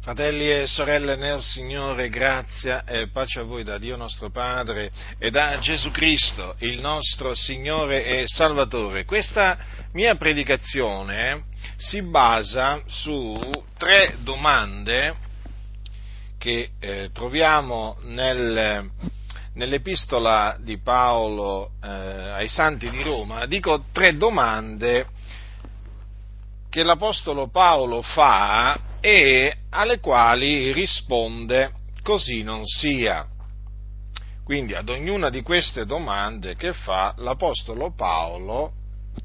Fratelli e sorelle nel Signore, grazia e pace a voi da Dio nostro Padre e da Gesù Cristo, il nostro Signore e Salvatore. Questa mia predicazione si basa su 3 domande che troviamo nell'epistola di Paolo ai Santi di Roma. Dico 3 domande che l'Apostolo Paolo fa e alle quali risponde così non sia. Quindi ad ognuna di queste domande che fa, l'Apostolo Paolo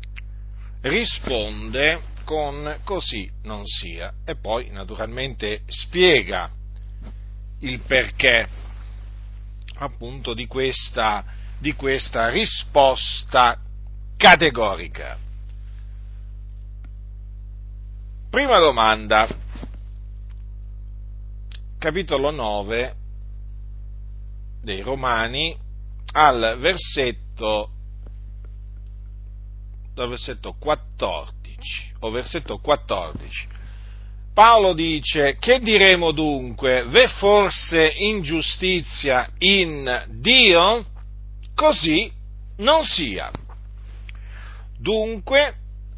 risponde con così non sia e poi naturalmente spiega il perché appunto di questa risposta categorica. Prima domanda, capitolo 9 dei Romani, dal versetto 14, o versetto 14. Paolo dice: che diremo dunque? V'è forse ingiustizia in Dio? Così non sia. Dunque,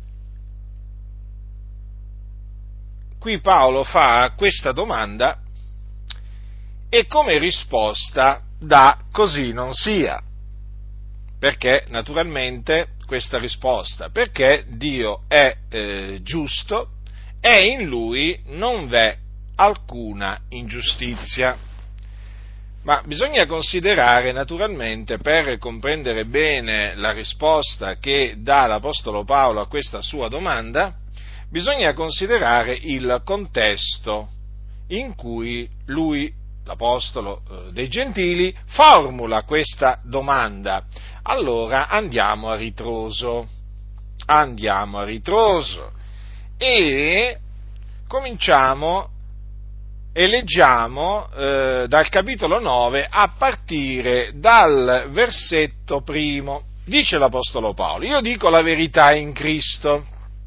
qui Paolo fa questa domanda e come risposta dà così non sia. Perché naturalmente questa risposta? Perché Dio è giusto e in Lui non v'è alcuna ingiustizia. Ma bisogna considerare naturalmente, per comprendere bene la risposta che dà l'Apostolo Paolo a questa sua domanda, bisogna considerare il contesto in cui lui, l'Apostolo dei Gentili, formula questa domanda. Allora andiamo a ritroso e cominciamo e leggiamo dal capitolo 9 a partire dal versetto 1. Dice l'Apostolo Paolo: io dico la verità in Cristo,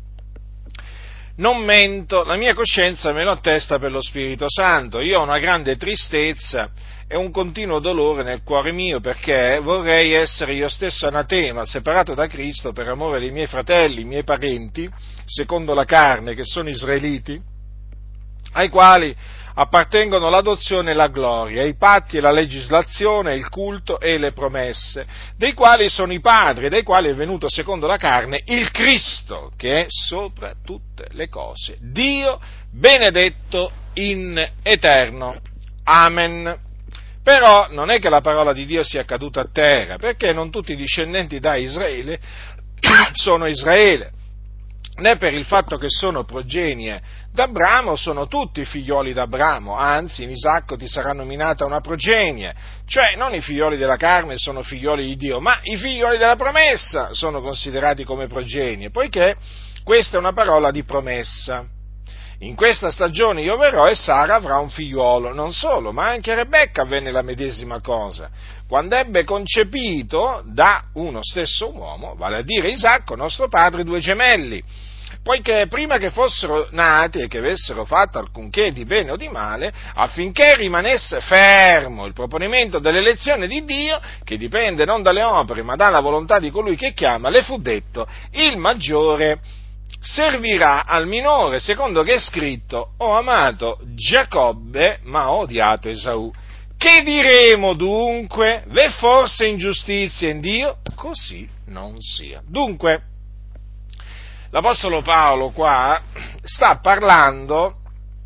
non mento, la mia coscienza me lo attesta per lo Spirito Santo. Io ho una grande tristezza e un continuo dolore nel cuore mio, perché vorrei essere io stesso anatema, separato da Cristo per amore dei miei fratelli, i miei parenti, secondo la carne, che sono israeliti, ai quali appartengono l'adozione e la gloria, i patti e la legislazione, il culto e le promesse, dei quali sono i padri, dai quali è venuto secondo la carne il Cristo, che è sopra tutte le cose, Dio benedetto in eterno. Amen. Però non è che la parola di Dio sia caduta a terra, perché non tutti i discendenti da Israele sono Israele, né per il fatto che sono progenie d'Abramo sono tutti figlioli d'Abramo, anzi in Isacco ti sarà nominata una progenie, cioè non i figlioli della carne sono figlioli di Dio, ma i figlioli della promessa sono considerati come progenie, poiché questa è una parola di promessa. In questa stagione io verrò e Sara avrà un figliuolo. Non solo, ma anche a Rebecca avvenne la medesima cosa, quando ebbe concepito da uno stesso uomo, vale a dire Isacco, nostro padre, 2 gemelli, poiché prima che fossero nati e che avessero fatto alcunché di bene o di male, affinché rimanesse fermo il proponimento dell'elezione di Dio, che dipende non dalle opere ma dalla volontà di colui che chiama, le fu detto: il maggiore servirà al minore, secondo che è scritto: ho amato Giacobbe, ma ho odiato Esaù. Che diremo dunque? V'è forse ingiustizia in Dio? Così non sia. Dunque, l'Apostolo Paolo qua sta parlando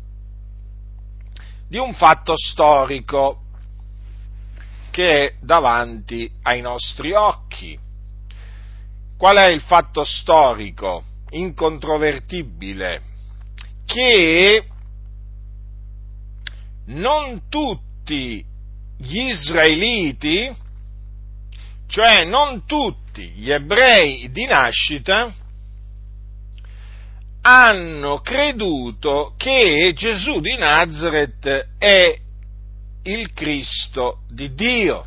di un fatto storico che è davanti ai nostri occhi. Qual è il fatto storico incontrovertibile? Che non tutti gli israeliti, cioè non tutti gli ebrei di nascita, hanno creduto che Gesù di Nazaret è il Cristo di Dio.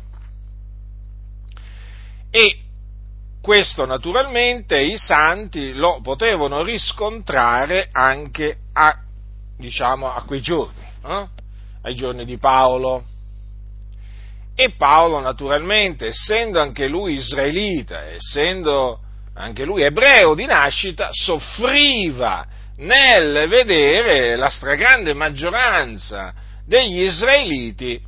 E questo naturalmente i santi lo potevano riscontrare anche a quei giorni. ai giorni di Paolo. E Paolo, naturalmente, essendo anche lui israelita, essendo anche lui ebreo di nascita, soffriva nel vedere la stragrande maggioranza degli israeliti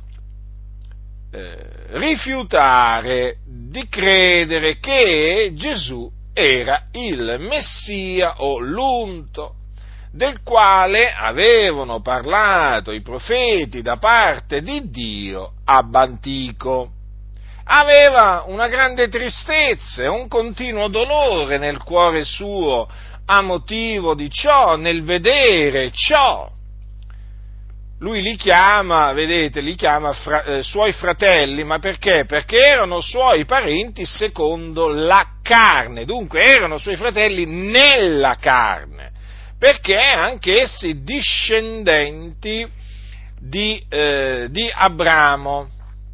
rifiutare di credere che Gesù era il Messia o l'unto del quale avevano parlato i profeti da parte di Dio ab antico. Aveva una grande tristezza e un continuo dolore nel cuore suo a motivo di ciò, nel vedere ciò. Lui li chiama suoi fratelli, ma perché? Perché erano suoi parenti secondo la carne, dunque erano suoi fratelli nella carne, perché anch'essi discendenti di Abramo.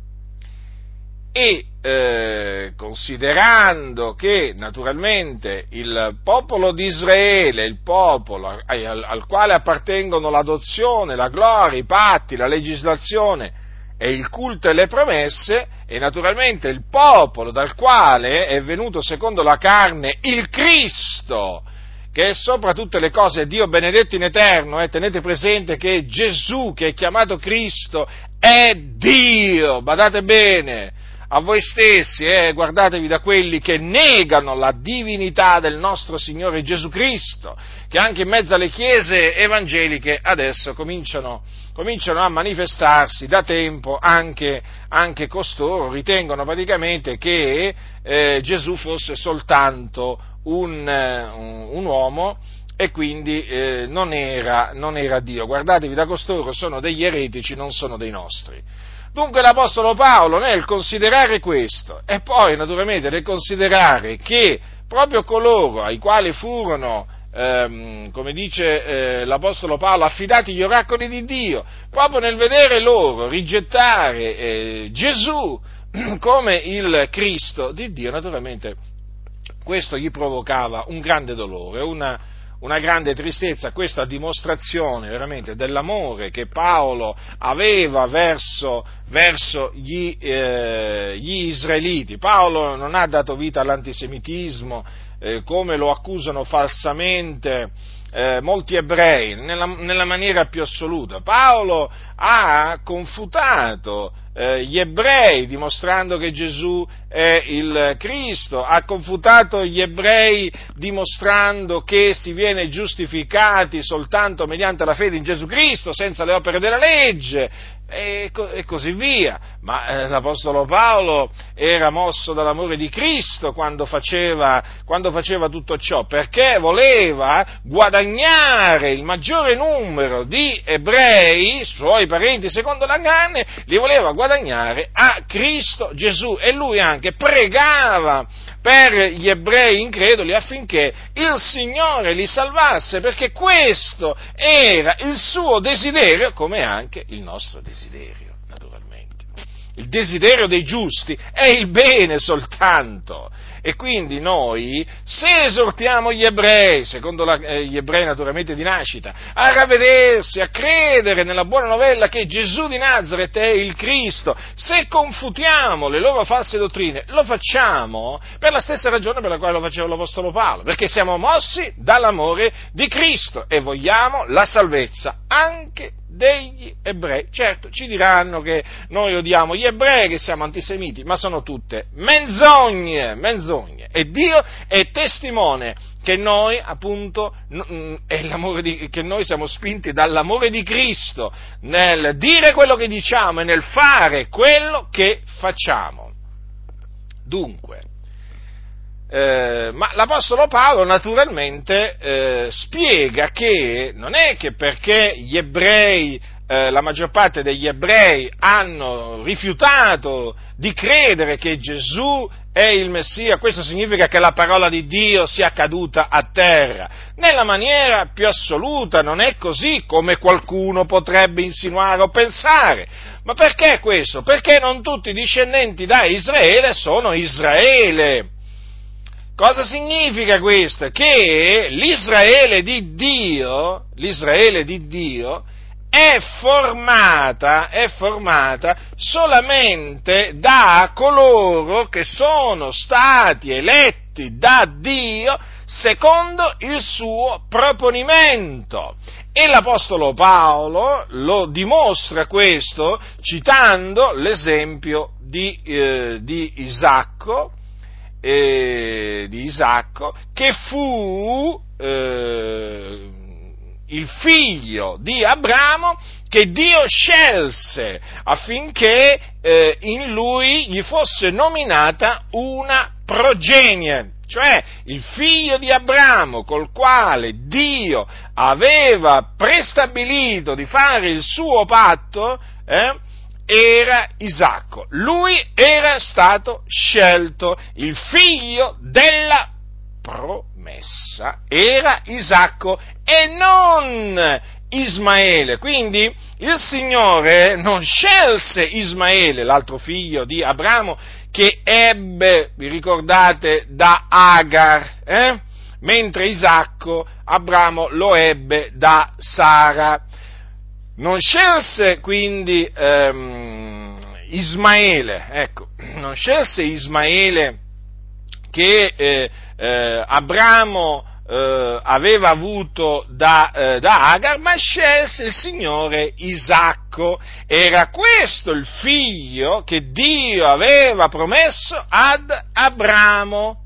E considerando che naturalmente il popolo di Israele, il popolo al quale appartengono l'adozione, la gloria, i patti, la legislazione e il culto e le promesse, e naturalmente il popolo dal quale è venuto secondo la carne il Cristo, che è sopra tutte le cose Dio benedetto in eterno, tenete presente che Gesù, che è chiamato Cristo, è Dio, badate bene, a voi stessi, guardatevi da quelli che negano la divinità del nostro Signore Gesù Cristo, che anche in mezzo alle chiese evangeliche adesso cominciano a manifestarsi da tempo, anche costoro ritengono praticamente che Gesù fosse soltanto un uomo e quindi non era Dio. Guardatevi da costoro, sono degli eretici, non sono dei nostri. Dunque l'Apostolo Paolo, nel considerare questo, e poi naturalmente nel considerare che proprio coloro ai quali furono, come dice l'Apostolo Paolo, affidati gli oracoli di Dio, proprio nel vedere loro rigettare Gesù come il Cristo di Dio, naturalmente questo gli provocava un grande dolore, una grande tristezza, questa dimostrazione veramente dell'amore che Paolo aveva verso gli israeliti. Paolo non ha dato vita all'antisemitismo, come lo accusano falsamente molti ebrei, nella maniera più assoluta. Paolo ha confutato gli ebrei, dimostrando che Gesù è il Cristo, ha confutato gli ebrei dimostrando che si viene giustificati soltanto mediante la fede in Gesù Cristo, senza le opere della legge, e così via. Ma l'Apostolo Paolo era mosso dall'amore di Cristo quando faceva tutto ciò, perché voleva guadagnare il maggiore numero di ebrei, suoi parenti secondo la carne, li voleva guadagnare a Cristo Gesù, e lui anche pregava per gli ebrei increduli affinché il Signore li salvasse, perché questo era il suo desiderio, come anche il nostro desiderio, naturalmente. Il desiderio dei giusti è il bene soltanto. E quindi noi, se esortiamo gli ebrei, secondo gli ebrei naturalmente di nascita, a ravvedersi, a credere nella buona novella che Gesù di Nazaret è il Cristo, se confutiamo le loro false dottrine, lo facciamo per la stessa ragione per la quale lo faceva l'Apostolo Paolo, perché siamo mossi dall'amore di Cristo e vogliamo la salvezza anche degli ebrei. Certo, ci diranno che noi odiamo gli ebrei, che siamo antisemiti, ma sono tutte menzogne, e Dio è testimone che noi, appunto, che noi siamo spinti dall'amore di Cristo nel dire quello che diciamo e nel fare quello che facciamo. Dunque, ma l'Apostolo Paolo naturalmente spiega che non è che perché gli ebrei, la maggior parte degli ebrei hanno rifiutato di credere che Gesù è il Messia, questo significa che la parola di Dio sia caduta a terra. Nella maniera più assoluta non è così, come qualcuno potrebbe insinuare o pensare. Ma perché questo? Perché non tutti i discendenti da Israele sono Israele. Cosa significa questo? Che l'Israele di Dio è formata solamente da coloro che sono stati eletti da Dio secondo il suo proponimento. E l'Apostolo Paolo lo dimostra questo citando l'esempio di Isacco, che fu il figlio di Abramo che Dio scelse affinché in lui gli fosse nominata una progenie, cioè il figlio di Abramo col quale Dio aveva prestabilito di fare il suo patto, era Isacco. Lui era stato scelto, il figlio della promessa era Isacco e non Ismaele. Quindi il Signore non scelse Ismaele, l'altro figlio di Abramo, che ebbe, vi ricordate, da Agar, mentre Isacco Abramo lo ebbe da Sara. Non scelse quindi Ismaele, non scelse Ismaele che Abramo aveva avuto da Agar, ma scelse il Signore Isacco. Era questo il figlio che Dio aveva promesso ad Abramo.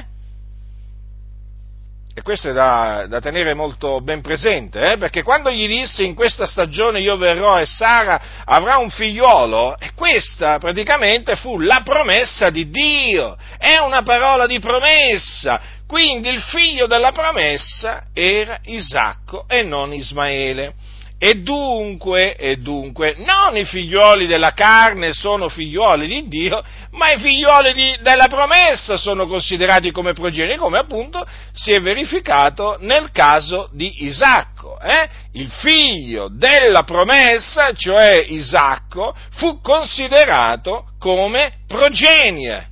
E questo è da tenere molto ben presente, perché quando gli disse in questa stagione io verrò e Sara avrà un figliuolo, e questa praticamente fu la promessa di Dio, è una parola di promessa, quindi il figlio della promessa era Isacco e non Ismaele. E dunque, non i figlioli della carne sono figlioli di Dio, ma i figlioli della promessa sono considerati come progenie, come appunto si è verificato nel caso di Isacco. Il figlio della promessa, cioè Isacco, fu considerato come progenie.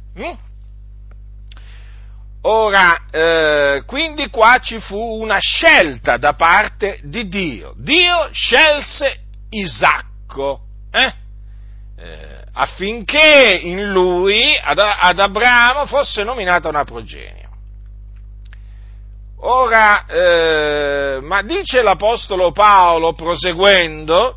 Ora, quindi qua ci fu una scelta da parte di Dio. Dio scelse Isacco, affinché in lui, ad Abramo, fosse nominata una progenie. Ora, ma dice l'Apostolo Paolo, proseguendo,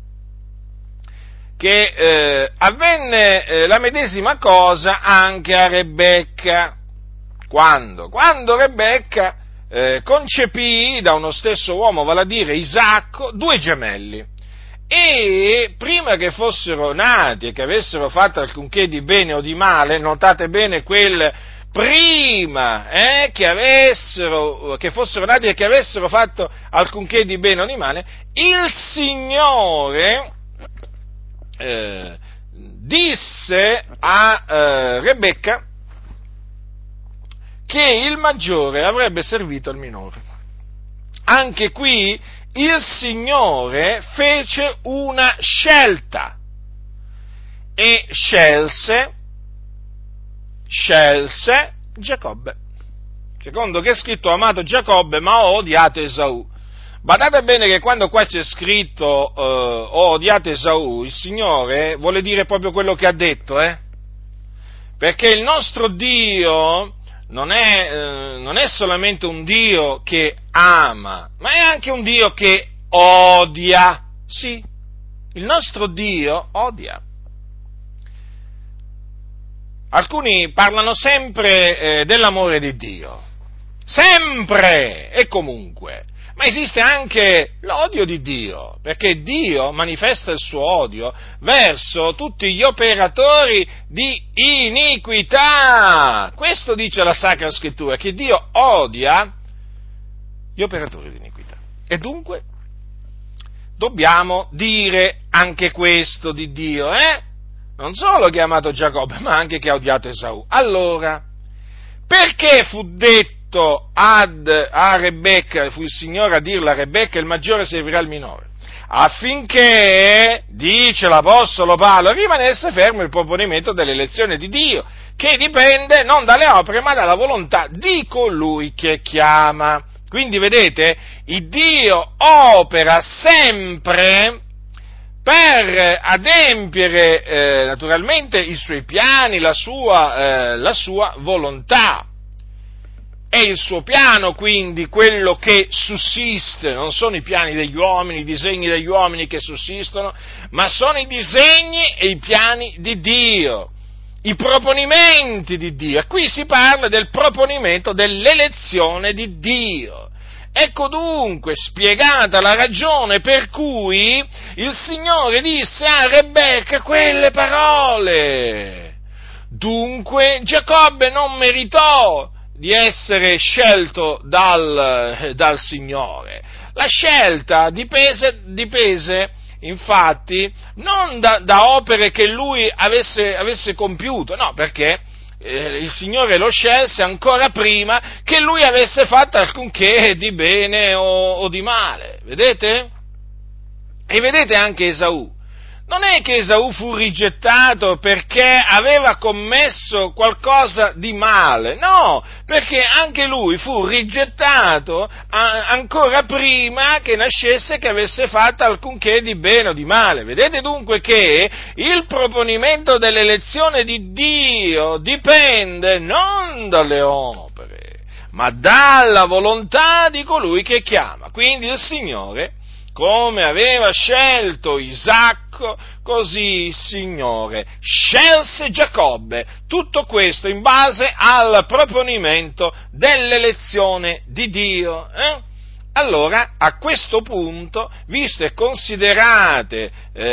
che avvenne la medesima cosa anche a Rebecca. Quando? Quando Rebecca concepì da uno stesso uomo, vale a dire Isacco, 2 gemelli. E prima che fossero nati e che avessero fatto alcunché di bene o di male, notate bene quel prima che fossero nati e che avessero fatto alcunché di bene o di male, il Signore disse a Rebecca che il maggiore avrebbe servito al minore. Anche qui il Signore fece una scelta e scelse Giacobbe. Secondo che è scritto: ho amato Giacobbe ma ho odiato Esaù. Badate bene che quando qua c'è scritto ho odiato Esaù, il Signore vuole dire proprio quello che ha detto, perché il nostro Dio non è solamente un Dio che ama, ma è anche un Dio che odia. Sì, il nostro Dio odia. Alcuni parlano sempre dell'amore di Dio, sempre e comunque, ma esiste anche l'odio di Dio, perché Dio manifesta il suo odio verso tutti gli operatori di iniquità. Questo dice la Sacra Scrittura, che Dio odia gli operatori di iniquità. E dunque dobbiamo dire anche questo di Dio, Non solo che ha amato Giacobbe, ma anche che ha odiato Esaù. Allora, perché fu detto a Rebecca, fu il Signore a dirla a Rebecca, il maggiore servirà al minore? Affinché, dice l'Apostolo Paolo, rimanesse fermo il proponimento dell'elezione di Dio, che dipende non dalle opere, ma dalla volontà di colui che chiama. Quindi vedete, il Dio opera sempre per adempiere naturalmente i suoi piani, la sua volontà. È il suo piano, quindi, quello che sussiste, non sono i piani degli uomini, i disegni degli uomini che sussistono, ma sono i disegni e i piani di Dio, i proponimenti di Dio. E qui si parla del proponimento dell'elezione di Dio. Ecco dunque spiegata la ragione per cui il Signore disse a Rebecca quelle parole. Dunque Giacobbe non meritò di essere scelto dal Signore. La scelta dipese infatti non da opere che lui avesse compiuto, no, perché il Signore lo scelse ancora prima che lui avesse fatto alcunché di bene o di male, vedete? E vedete anche Esaù. Non è che Esaù fu rigettato perché aveva commesso qualcosa di male, no, perché anche lui fu rigettato ancora prima che nascesse che avesse fatto alcunché di bene o di male. Vedete dunque che il proponimento dell'elezione di Dio dipende non dalle opere, ma dalla volontà di colui che chiama. Quindi il Signore, come aveva scelto Isacco, così il Signore scelse Giacobbe, tutto questo in base al proponimento dell'elezione di Dio. Allora, a questo punto, viste e considerate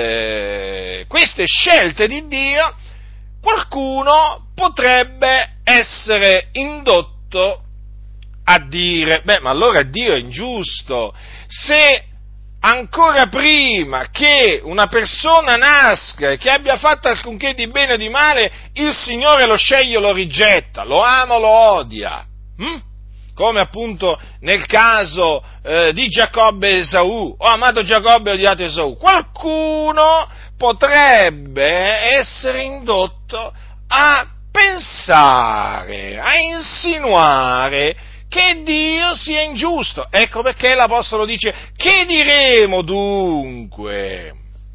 queste scelte di Dio, qualcuno potrebbe essere indotto a dire, ma allora Dio è ingiusto, se ancora prima che una persona nasca e che abbia fatto alcunché di bene o di male, il Signore lo sceglie o lo rigetta, lo ama o lo odia. Come appunto nel caso di Giacobbe e Esaù, ho amato Giacobbe e odiato Esaù. Qualcuno potrebbe essere indotto a pensare, a insinuare che Dio sia ingiusto. Ecco perché l'Apostolo dice: che diremo dunque?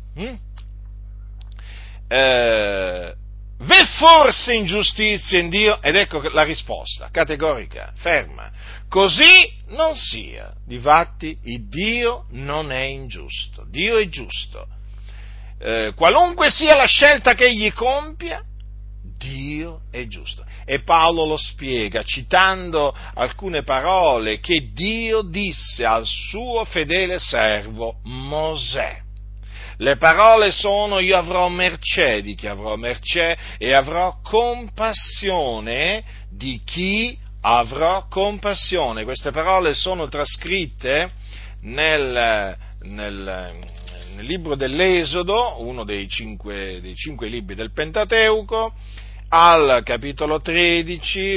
V'è forse ingiustizia in Dio? Ed ecco la risposta, categorica, ferma. Così non sia. Difatti, il Dio non è ingiusto, Dio è giusto. Qualunque sia la scelta che egli compia, Dio è giusto. E Paolo lo spiega citando alcune parole che Dio disse al suo fedele servo Mosè. Le parole sono: io avrò mercé di chi avrò mercé e avrò compassione di chi avrò compassione. Queste parole sono trascritte nel libro dell'Esodo, uno dei cinque libri del Pentateuco, al capitolo 13,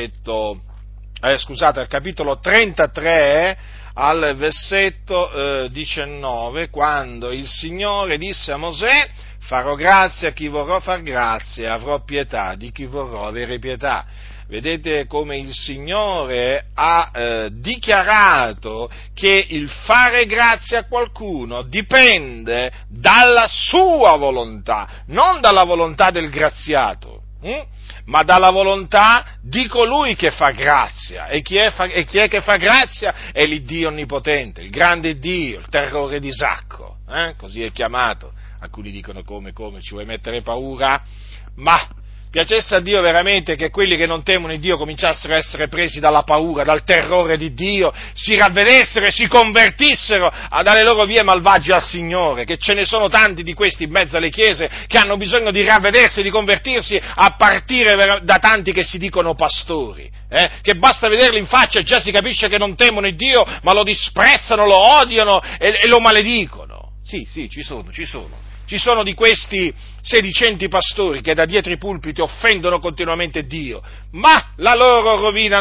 al capitolo 33, al versetto 19, quando il Signore disse a Mosè: farò grazia a chi vorrò far grazia e avrò pietà di chi vorrò avere pietà. Vedete come il Signore ha dichiarato che il fare grazia a qualcuno dipende dalla sua volontà, non dalla volontà del graziato, ma dalla volontà di colui che fa grazia. E chi è che fa grazia? È l'Iddio onnipotente, il grande Dio, il terrore di Isacco, così è chiamato. Alcuni dicono: come, ci vuoi mettere paura? Ma piacesse a Dio veramente che quelli che non temono il Dio cominciassero a essere presi dalla paura, dal terrore di Dio, si ravvedessero e si convertissero dalle loro vie malvagie al Signore, che ce ne sono tanti di questi in mezzo alle chiese che hanno bisogno di ravvedersi e di convertirsi, a partire da tanti che si dicono pastori, che basta vederli in faccia e già si capisce che non temono il Dio, ma lo disprezzano, lo odiano e lo maledicono. Sì, ci sono. Ci sono di questi sedicenti pastori che da dietro i pulpiti offendono continuamente Dio, ma la loro rovina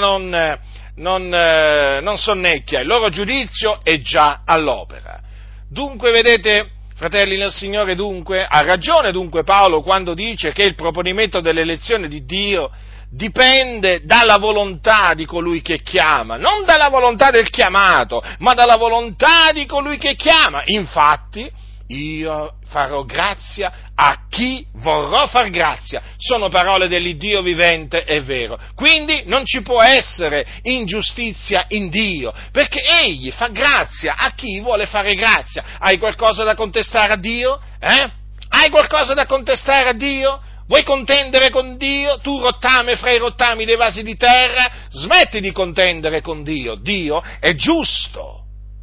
non sonnecchia, il loro giudizio è già all'opera. Dunque, vedete, fratelli nel Signore, ha ragione dunque Paolo quando dice che il proponimento dell'elezione di Dio dipende dalla volontà di colui che chiama, non dalla volontà del chiamato, ma dalla volontà di colui che chiama. Infatti, io farò grazia a chi vorrò far grazia. Sono parole dell'Iddio vivente e vero. Quindi non ci può essere ingiustizia in Dio, perché Egli fa grazia a chi vuole fare grazia. Hai qualcosa da contestare a Dio? Hai qualcosa da contestare a Dio? Vuoi contendere con Dio? Tu rottame fra i rottami dei vasi di terra? Smetti di contendere con Dio. Dio è giusto.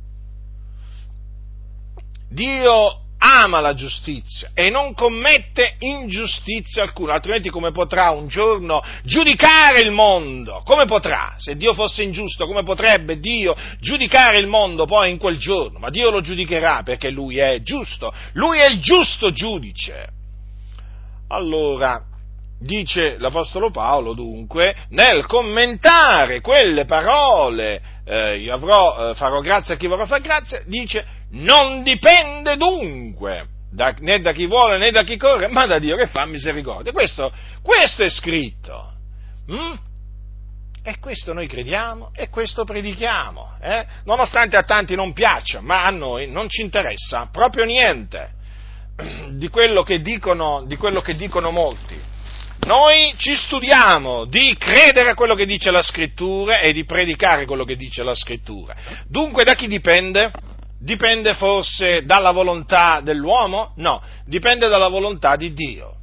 Dio ama la giustizia e non commette ingiustizia alcuna, altrimenti come potrà un giorno giudicare il mondo? Come potrà? Se Dio fosse ingiusto, come potrebbe Dio giudicare il mondo poi in quel giorno? Ma Dio lo giudicherà perché Lui è giusto, Lui è il giusto giudice. Allora, dice l'Apostolo Paolo dunque, nel commentare quelle parole, farò grazia a chi vorrà far grazia, dice, non dipende dunque né da chi vuole né da chi corre, ma da Dio che fa misericordia. Questo è scritto. E questo noi crediamo e questo predichiamo, nonostante a tanti non piaccia, ma a noi non ci interessa proprio niente di quello che dicono molti. Noi ci studiamo di credere a quello che dice la Scrittura e di predicare quello che dice la Scrittura. Dunque da chi dipende? Dipende forse dalla volontà dell'uomo? No, dipende dalla volontà di Dio.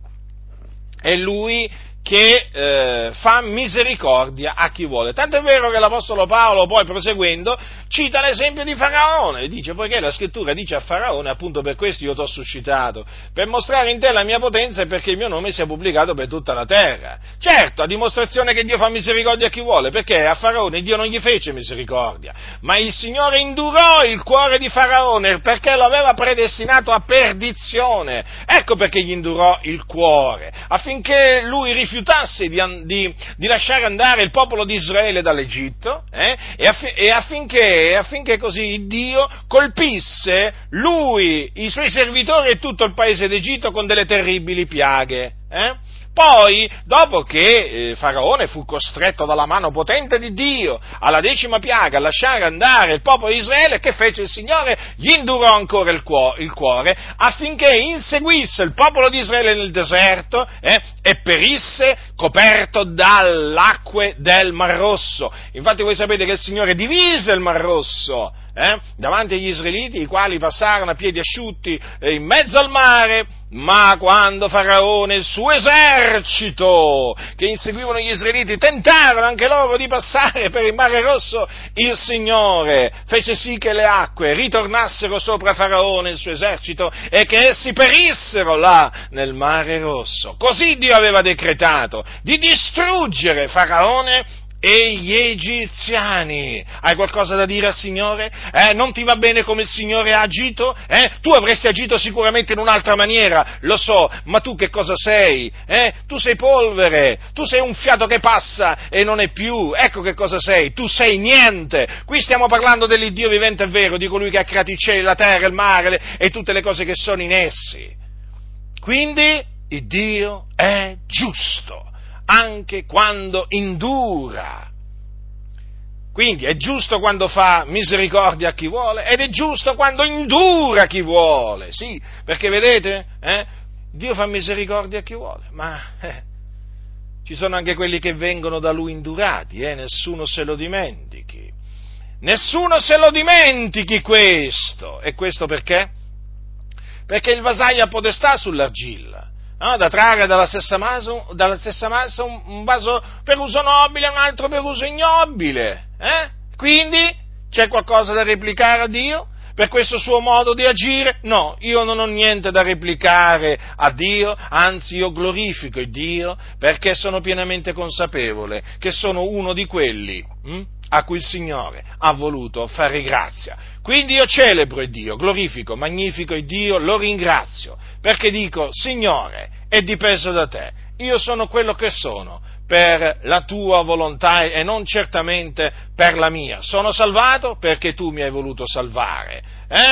È Lui che fa misericordia a chi vuole. Tanto è vero che l'Apostolo Paolo, poi proseguendo, cita l'esempio di Faraone, dice, poiché la Scrittura dice a Faraone, appunto per questo io t'ho suscitato, per mostrare in te la mia potenza e perché il mio nome sia pubblicato per tutta la terra. Certo, a dimostrazione che Dio fa misericordia a chi vuole, perché a Faraone Dio non gli fece misericordia, ma il Signore indurò il cuore di Faraone perché lo aveva predestinato a perdizione. Ecco perché gli indurò il cuore, affinché lui rifiutasse di lasciare andare il popolo di Israele dall'Egitto, e affinché così Dio colpisse lui, i suoi servitori e tutto il paese d'Egitto con delle terribili piaghe. Poi, dopo che Faraone fu costretto dalla mano potente di Dio alla 10ª piaga a lasciare andare il popolo di Israele, che fece il Signore? Gli indurò ancora il cuore affinché inseguisse il popolo di Israele nel deserto e perisse coperto dall'acque del Mar Rosso. Infatti voi sapete che il Signore divise il Mar Rosso davanti agli israeliti, i quali passarono a piedi asciutti in mezzo al mare, ma quando Faraone e il suo esercito che inseguivano gli israeliti tentarono anche loro di passare per il Mare Rosso, il Signore fece sì che le acque ritornassero sopra Faraone e il suo esercito e che essi perissero là nel Mare Rosso. Così Dio aveva decretato di distruggere Faraone e gli egiziani. Hai qualcosa da dire al Signore? Non ti va bene come il Signore ha agito? Tu avresti agito sicuramente in un'altra maniera, lo so, ma tu che cosa sei? Tu sei polvere, tu sei un fiato che passa e non è più, ecco che cosa sei, tu sei niente. Qui stiamo parlando dell'Iddio vivente e vero, di colui che ha creato i cieli, la terra, il mare e tutte le cose che sono in essi. Quindi il Dio è giusto anche quando indura. Quindi è giusto quando fa misericordia a chi vuole ed è giusto quando indura chi vuole, sì, perché vedete, Dio fa misericordia a chi vuole, ma ci sono anche quelli che vengono da Lui indurati, nessuno se lo dimentichi. Nessuno se lo dimentichi questo. E questo perché? Perché il vasaio ha potestà sull'argilla. Da trarre dalla stessa massa un vaso per uso nobile e un altro per uso ignobile. Quindi c'è qualcosa da replicare a Dio per questo suo modo di agire? No, io non ho niente da replicare a Dio, anzi io glorifico il Dio perché sono pienamente consapevole che sono uno di quelli a cui il Signore ha voluto fare grazia. Quindi io celebro il Dio, glorifico, magnifico il Dio, lo ringrazio, perché dico, Signore, è dipeso da te, io sono quello che sono per la tua volontà e non certamente per la mia. Sono salvato perché tu mi hai voluto salvare.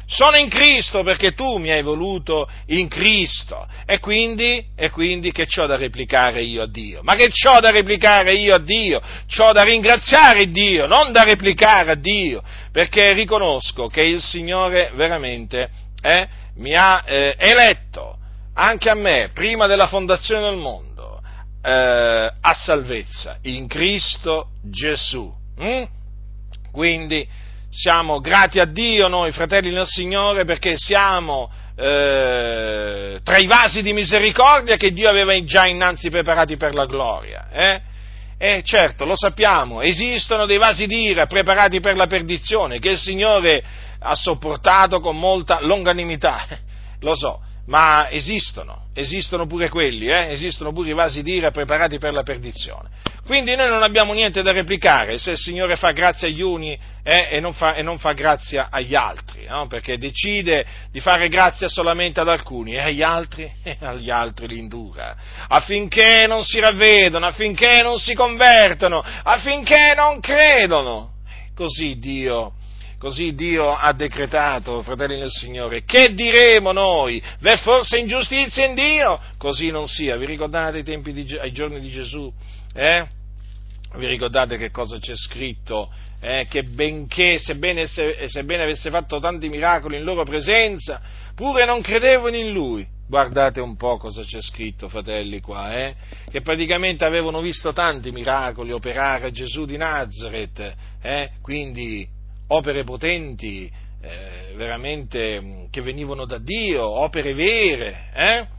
Sono in Cristo perché tu mi hai voluto in Cristo. E quindi che c'ho da replicare io a Dio? Ma che c'ho da replicare io a Dio? C'ho da ringraziare Dio, non da replicare a Dio, perché riconosco che il Signore veramente mi ha eletto, anche a me, prima della fondazione del mondo, a salvezza, in Cristo Gesù. Quindi siamo grati a Dio noi, fratelli nel Signore, perché siamo tra i vasi di misericordia che Dio aveva già innanzi preparati per la gloria. E certo, lo sappiamo, esistono dei vasi d'ira preparati per la perdizione, che il Signore ha sopportato con molta longanimità, lo so, ma esistono pure quelli, esistono pure i vasi d'ira preparati per la perdizione. Quindi noi non abbiamo niente da replicare se il Signore fa grazia agli uni e non fa grazia agli altri, no? Perché decide di fare grazia solamente ad alcuni e agli altri li indura, affinché non si ravvedono, affinché non si convertano, affinché non credono. Così Dio ha decretato, fratelli del Signore. Che diremo noi? V'è forse ingiustizia in Dio? Così non sia. Vi ricordate ai giorni di Gesù? Vi ricordate che cosa c'è scritto? Che benché, sebbene avesse fatto tanti miracoli in loro presenza, pure non credevano in Lui. Guardate un po' cosa c'è scritto, fratelli, qua, che praticamente avevano visto tanti miracoli operare a Gesù di Nazaret, quindi opere potenti, veramente che venivano da Dio, opere vere,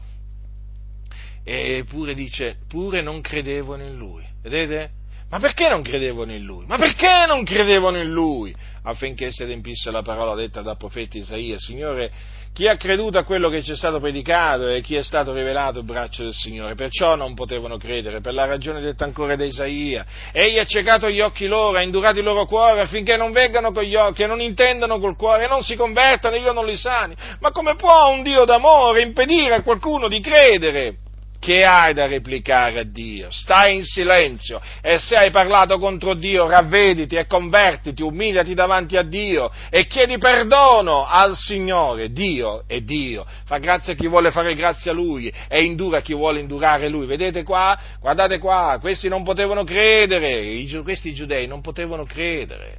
e pure dice, pure non credevano in Lui, vedete? Ma perché non credevano in Lui? Ma perché non credevano in Lui? Affinché si adempisse la parola detta dal profeta Isaia, Signore, chi ha creduto a quello che ci è stato predicato e chi è stato rivelato il braccio del Signore? Perciò non potevano credere, per la ragione detta ancora da Isaia. Egli ha ciecato gli occhi loro, ha indurato il loro cuore, affinché non veggano con gli occhi e non intendano col cuore e non si convertano e io non li sani. Ma come può un Dio d'amore impedire a qualcuno di credere? Che hai da replicare a Dio? Stai in silenzio e se hai parlato contro Dio ravvediti e convertiti, umiliati davanti a Dio e chiedi perdono al Signore. Dio è Dio, fa grazia a chi vuole fare grazia a Lui e indura chi vuole indurare Lui. Vedete qua? Guardate qua, questi non potevano credere, questi giudei non potevano credere,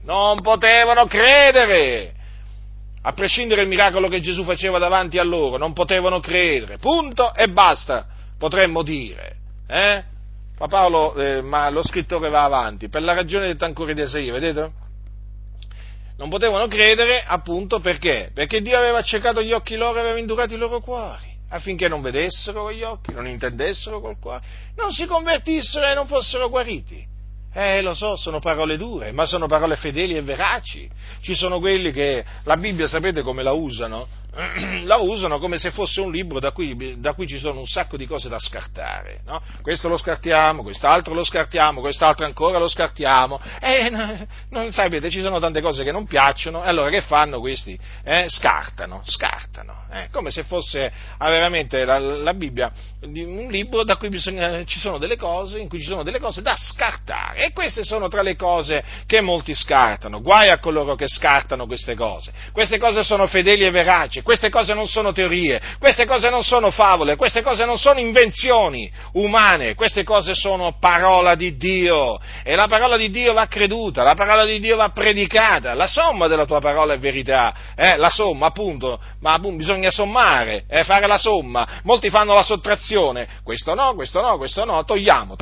a prescindere dal miracolo che Gesù faceva davanti a loro, non potevano credere, punto e basta. Potremmo dire, ma Paolo, ma lo scrittore va avanti, per la ragione detta ancora di Isaia, vedete? Non potevano credere, appunto, perché? Perché Dio aveva accecato gli occhi loro e aveva indurato i loro cuori, affinché non vedessero con gli occhi, non intendessero col cuore, non si convertissero e non fossero guariti. Lo so, sono parole dure, ma sono parole fedeli e veraci. Ci sono quelli che la Bibbia, sapete come la usano? La usano come se fosse un libro da cui ci sono un sacco di cose da scartare, no? Questo lo scartiamo, quest'altro lo scartiamo, quest'altro ancora lo scartiamo, non sapete, ci sono tante cose che non piacciono, e allora che fanno questi? Scartano, come se fosse veramente la Bibbia un libro da cui ci sono delle cose, in cui ci sono delle cose da scartare, e queste sono tra le cose che molti scartano. Guai a coloro che scartano queste cose sono fedeli e veraci. Queste cose non sono teorie, queste cose non sono favole, queste cose non sono invenzioni umane, queste cose sono parola di Dio, e la parola di Dio va creduta, la parola di Dio va predicata, la somma della tua parola è verità, la somma appunto, ma appunto bisogna sommare, fare la somma, molti fanno la sottrazione, questo no, togliamo,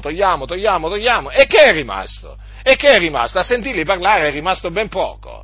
e che è rimasto? A sentirli parlare è rimasto ben poco.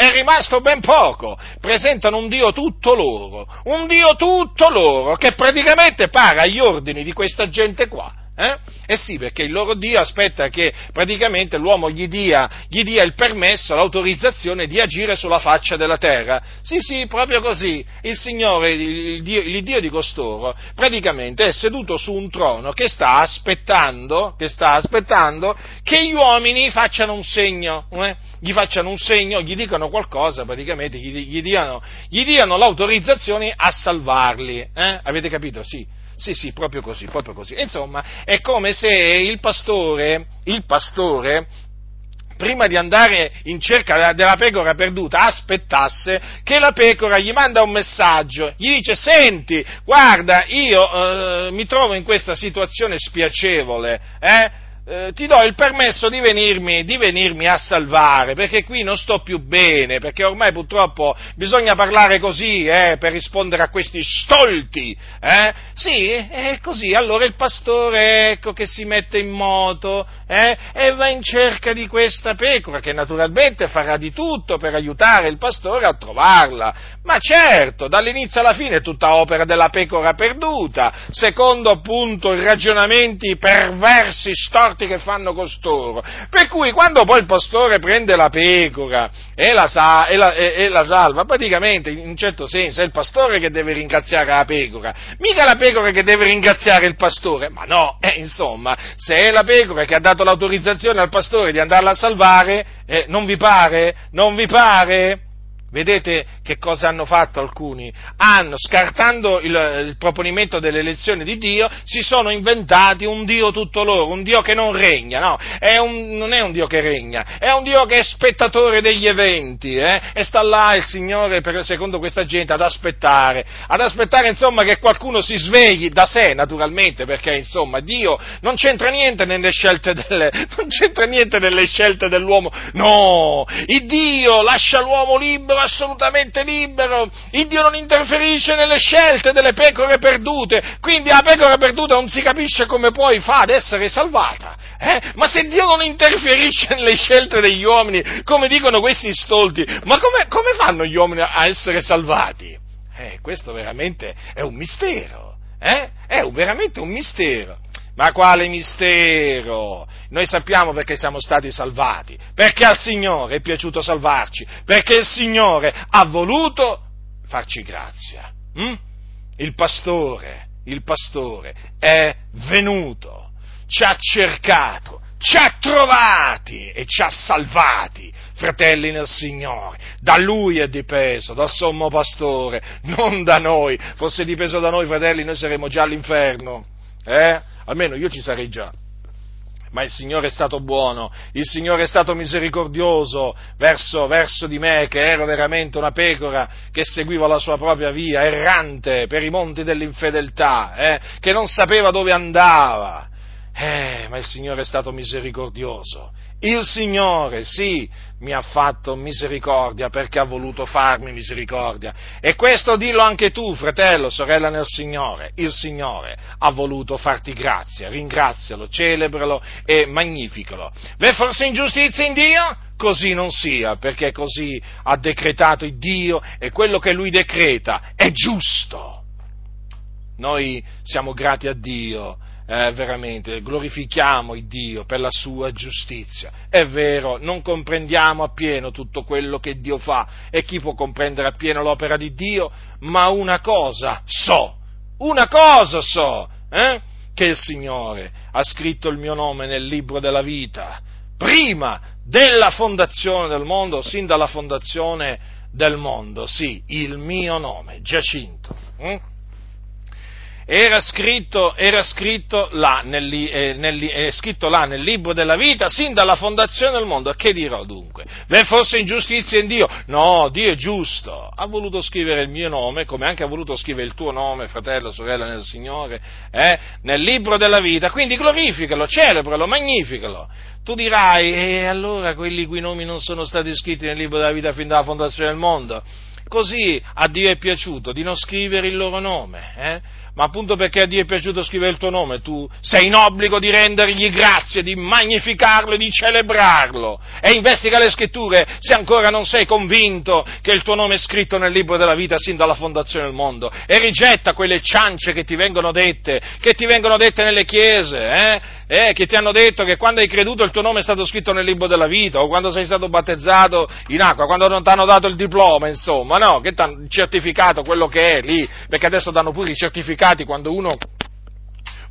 Presentano un Dio tutto loro, che praticamente paga agli ordini di questa gente qua. Sì, perché il loro Dio aspetta che praticamente l'uomo gli dia il permesso, l'autorizzazione di agire sulla faccia della terra. Sì, proprio così. Il Signore, il Dio di costoro, praticamente è seduto su un trono che sta aspettando che gli uomini facciano un segno, gli dicano qualcosa, praticamente gli diano l'autorizzazione a salvarli. Avete capito? Sì, proprio così. Insomma, è come se il pastore prima di andare in cerca della pecora perduta, aspettasse che la pecora gli manda un messaggio, gli dice: senti, guarda, io mi trovo in questa situazione spiacevole, ti do il permesso di venirmi a salvare, perché qui non sto più bene, perché ormai purtroppo bisogna parlare così, per rispondere a questi stolti, Sì, è così. Allora il pastore, ecco, che si mette in moto, e va in cerca di questa pecora, che naturalmente farà di tutto per aiutare il pastore a trovarla. Ma certo, dall'inizio alla fine è tutta opera della pecora perduta, secondo appunto i ragionamenti perversi, storti che fanno costoro. Per cui quando poi il pastore prende la pecora e la salva, praticamente in un certo senso è il pastore che deve ringraziare la pecora, mica la pecora che deve ringraziare il pastore. Ma no, insomma, se è la pecora che ha dato l'autorizzazione al pastore di andarla a salvare, non vi pare? Non vi pare? Vedete che cosa hanno fatto alcuni? Scartando il proponimento delle elezioni di Dio, si sono inventati un Dio tutto loro, un Dio che non regna, no? Non è un Dio che regna, è un Dio che è spettatore degli eventi, e sta là il Signore, secondo questa gente, ad aspettare insomma che qualcuno si svegli da sé, naturalmente, perché insomma Dio non c'entra niente nelle scelte dell'uomo, no! Il Dio lascia l'uomo libero, assolutamente libero. Il Dio non interferisce nelle scelte delle pecore perdute, quindi la pecora perduta non si capisce come poi fa ad essere salvata. Ma se Dio non interferisce nelle scelte degli uomini, come dicono questi stolti, ma come fanno gli uomini a essere salvati? Questo veramente è un mistero, è veramente un mistero. Ma quale mistero? Noi sappiamo perché siamo stati salvati, perché al Signore è piaciuto salvarci, perché il Signore ha voluto farci grazia. Il pastore è venuto, ci ha cercato, ci ha trovati e ci ha salvati, fratelli nel Signore. Da Lui è dipeso, dal sommo pastore, non da noi. Fosse dipeso da noi, fratelli, noi saremmo già all'inferno. Almeno io ci sarei già. Ma il Signore è stato buono, il Signore è stato misericordioso verso di me, che ero veramente una pecora che seguiva la sua propria via, errante per i monti dell'infedeltà, che non sapeva dove andava. Ma il Signore è stato misericordioso. Il Signore, sì, mi ha fatto misericordia perché ha voluto farmi misericordia. E questo dillo anche tu, fratello, sorella nel Signore. Il Signore ha voluto farti grazia. Ringrazialo, celebralo e magnificalo. V'è forse ingiustizia in Dio? Così non sia, perché così ha decretato il Dio e quello che Lui decreta è giusto. Noi siamo grati a Dio. Veramente, glorifichiamo il Dio per la sua giustizia. È vero, non comprendiamo appieno tutto quello che Dio fa, e chi può comprendere appieno l'opera di Dio? Ma una cosa so, che il Signore ha scritto il mio nome nel libro della vita, prima della fondazione del mondo, sin dalla fondazione del mondo, sì, il mio nome, Giacinto. Era scritto là nel libro della vita sin dalla fondazione del mondo. Che dirò dunque? V'è forse ingiustizia in Dio? No, Dio è giusto, ha voluto scrivere il mio nome, come anche ha voluto scrivere il tuo nome, fratello, sorella nel Signore, nel libro della vita, quindi glorificalo, celebralo, magnificalo. Tu dirai, e allora quelli cui nomi non sono stati scritti nel libro della vita fin dalla fondazione del mondo? Così a Dio è piaciuto di non scrivere il loro nome, ma appunto perché a Dio è piaciuto scrivere il tuo nome, tu sei in obbligo di rendergli grazie, di magnificarlo e di celebrarlo, e investiga le scritture se ancora non sei convinto che il tuo nome è scritto nel libro della vita sin dalla fondazione del mondo, e rigetta quelle ciance che ti vengono dette nelle chiese, che ti hanno detto che quando hai creduto il tuo nome è stato scritto nel libro della vita, o quando sei stato battezzato in acqua, quando non ti hanno dato il diploma, insomma, no, che ti hanno certificato quello che è lì, perché adesso danno pure i certificati quando uno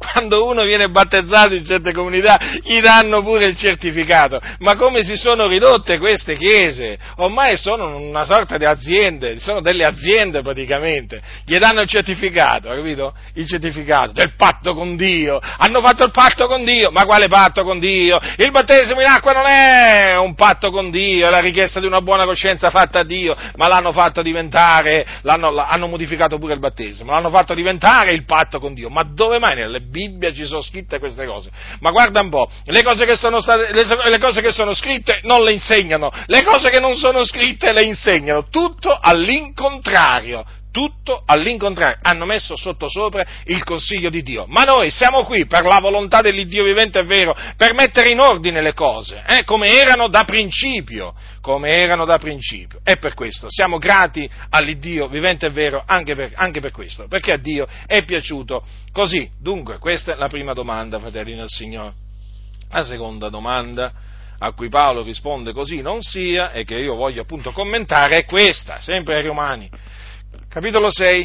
quando uno viene battezzato in certe comunità gli danno pure il certificato. Ma come si sono ridotte queste chiese? Ormai sono una sorta di aziende, sono delle aziende praticamente, gli danno il certificato, capito? Il certificato del patto con Dio, hanno fatto il patto con Dio, ma quale patto con Dio? Il battesimo in acqua non è un patto con Dio, è la richiesta di una buona coscienza fatta a Dio, ma l'hanno fatto diventare, hanno modificato pure il battesimo, l'hanno fatto diventare il patto con Dio. Ma dove mai nelle Bibbia ci sono scritte queste cose? Ma guarda un po', le cose che sono scritte non le insegnano, le cose che non sono scritte le insegnano, tutto all'incontrario, hanno messo sotto sopra il consiglio di Dio. Ma noi siamo qui per la volontà dell'Iddio vivente e vero, per mettere in ordine le cose, come erano da principio, e per questo siamo grati all'Iddio vivente e vero anche per questo, perché a Dio è piaciuto così. Dunque, questa è la prima domanda, fratelli nel Signore. La seconda domanda a cui Paolo risponde così non sia, e che io voglio appunto commentare, è questa, sempre ai Romani, capitolo 6,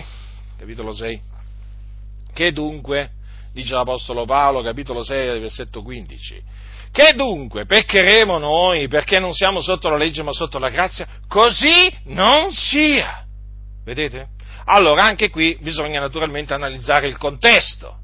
che dunque, dice l'Apostolo Paolo, capitolo 6, versetto 15, che dunque peccheremo noi perché non siamo sotto la legge ma sotto la grazia? Così non sia. Vedete? Allora anche qui bisogna naturalmente analizzare il contesto,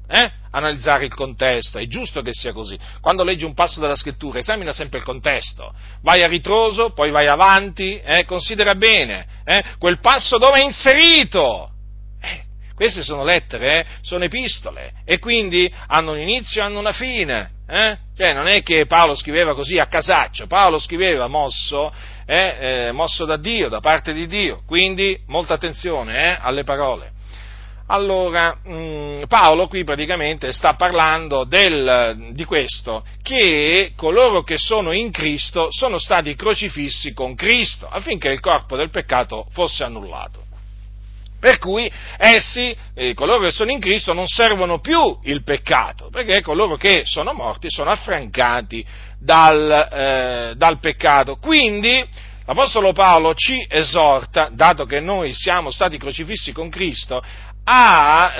è giusto che sia così. Quando leggi un passo della Scrittura, esamina sempre il contesto, vai a ritroso, poi vai avanti, considera bene, quel passo dove è inserito. Queste sono lettere, sono epistole, e quindi hanno un inizio e hanno una fine, Cioè non è che Paolo scriveva così a casaccio, Paolo scriveva mosso da Dio, da parte di Dio, quindi molta attenzione, alle parole. Allora, Paolo qui praticamente sta parlando di questo, che coloro che sono in Cristo sono stati crocifissi con Cristo, affinché il corpo del peccato fosse annullato. Per cui essi, coloro che sono in Cristo, non servono più il peccato, perché coloro che sono morti sono affrancati dal peccato. Quindi l'Apostolo Paolo ci esorta, dato che noi siamo stati crocifissi con Cristo, a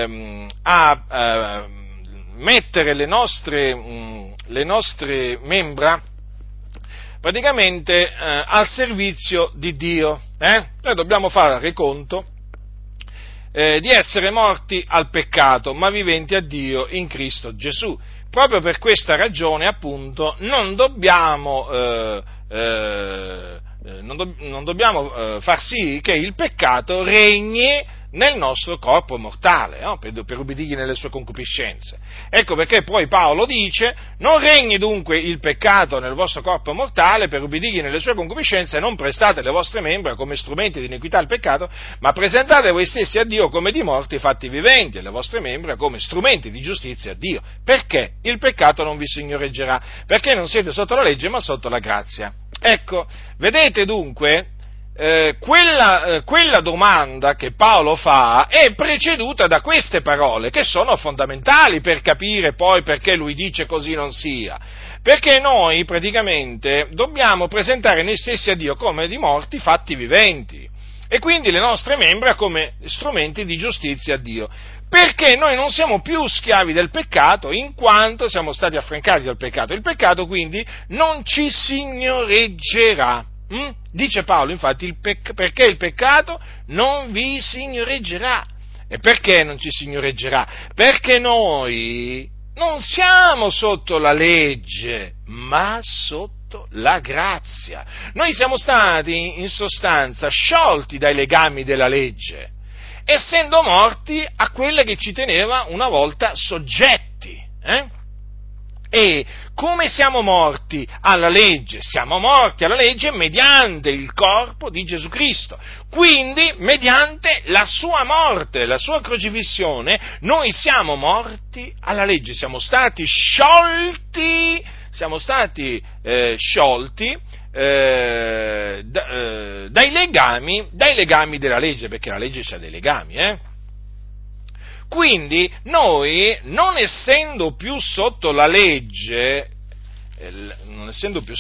mettere le nostre membra praticamente al servizio di Dio. Noi dobbiamo fare conto di essere morti al peccato, ma viventi a Dio in Cristo Gesù. Proprio per questa ragione, appunto, non dobbiamo far sì che il peccato regni nel nostro corpo mortale, no? per ubbidigli nelle sue concupiscenze. Ecco perché poi Paolo dice: non regni dunque il peccato nel vostro corpo mortale per ubbidigli nelle sue concupiscenze, e non prestate le vostre membra come strumenti di iniquità al peccato, ma presentate voi stessi a Dio come di morti fatti viventi, e le vostre membra come strumenti di giustizia a Dio, perché il peccato non vi signoreggerà, perché non siete sotto la legge ma sotto la grazia. Ecco, vedete dunque, quella domanda che Paolo fa è preceduta da queste parole, che sono fondamentali per capire poi perché lui dice così non sia. Perché noi praticamente dobbiamo presentare noi stessi a Dio come di morti fatti viventi, e quindi le nostre membra come strumenti di giustizia a Dio. Perché noi non siamo più schiavi del peccato, in quanto siamo stati affrancati dal peccato. Il peccato quindi non ci signoreggerà. Dice Paolo, infatti, perché il peccato non vi signoreggerà. E perché non ci signoreggerà? Perché noi non siamo sotto la legge, ma sotto la grazia. Noi siamo stati, in sostanza, sciolti dai legami della legge, essendo morti a quelle che ci teneva una volta soggetti. E come siamo morti alla legge? Siamo morti alla legge mediante il corpo di Gesù Cristo. Quindi, mediante la sua morte, la sua crocifissione, noi siamo morti alla legge, siamo stati sciolti dai legami della legge, perché la legge c'ha dei legami, Quindi noi, non essendo più sotto la legge, non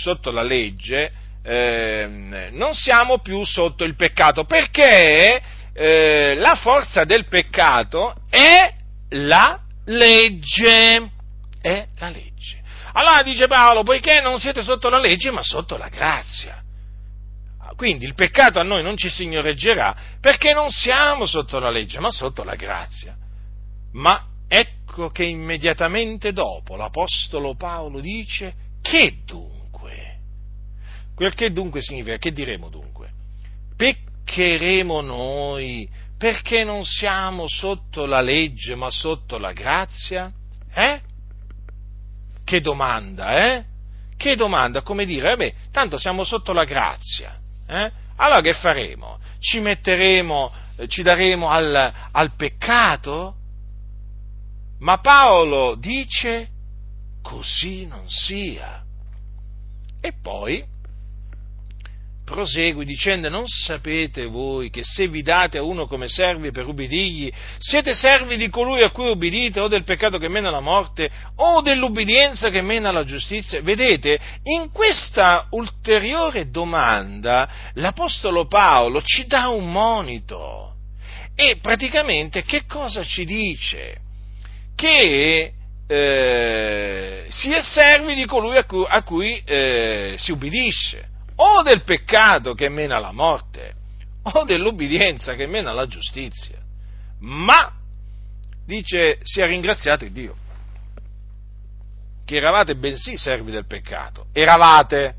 siamo più sotto il peccato, perché la forza del peccato è la legge. È la legge. Allora dice Paolo, poiché non siete sotto la legge, ma sotto la grazia. Quindi il peccato a noi non ci signoreggerà, perché non siamo sotto la legge, ma sotto la grazia. Ma ecco che immediatamente dopo l'Apostolo Paolo dice, che dunque? Quel che dunque significa, che diremo dunque? Peccheremo noi perché non siamo sotto la legge, ma sotto la grazia? Che domanda, eh? Che domanda, come dire, tanto siamo sotto la grazia, allora che faremo? Ci daremo al peccato? Ma Paolo dice, così non sia. E poi prosegue dicendo, non sapete voi che se vi date a uno come servi per ubbidigli, siete servi di colui a cui ubbidite, o del peccato che mena alla morte, o dell'ubbidienza che mena alla giustizia? Vedete, in questa ulteriore domanda l'Apostolo Paolo ci dà un monito, e praticamente che cosa ci dice? Che si è servi di colui a cui si ubbidisce, o del peccato che mena alla morte, o dell'ubbidienza che mena alla giustizia. Ma, dice, sia ringraziato il Dio, che eravate bensì servi del peccato. Eravate.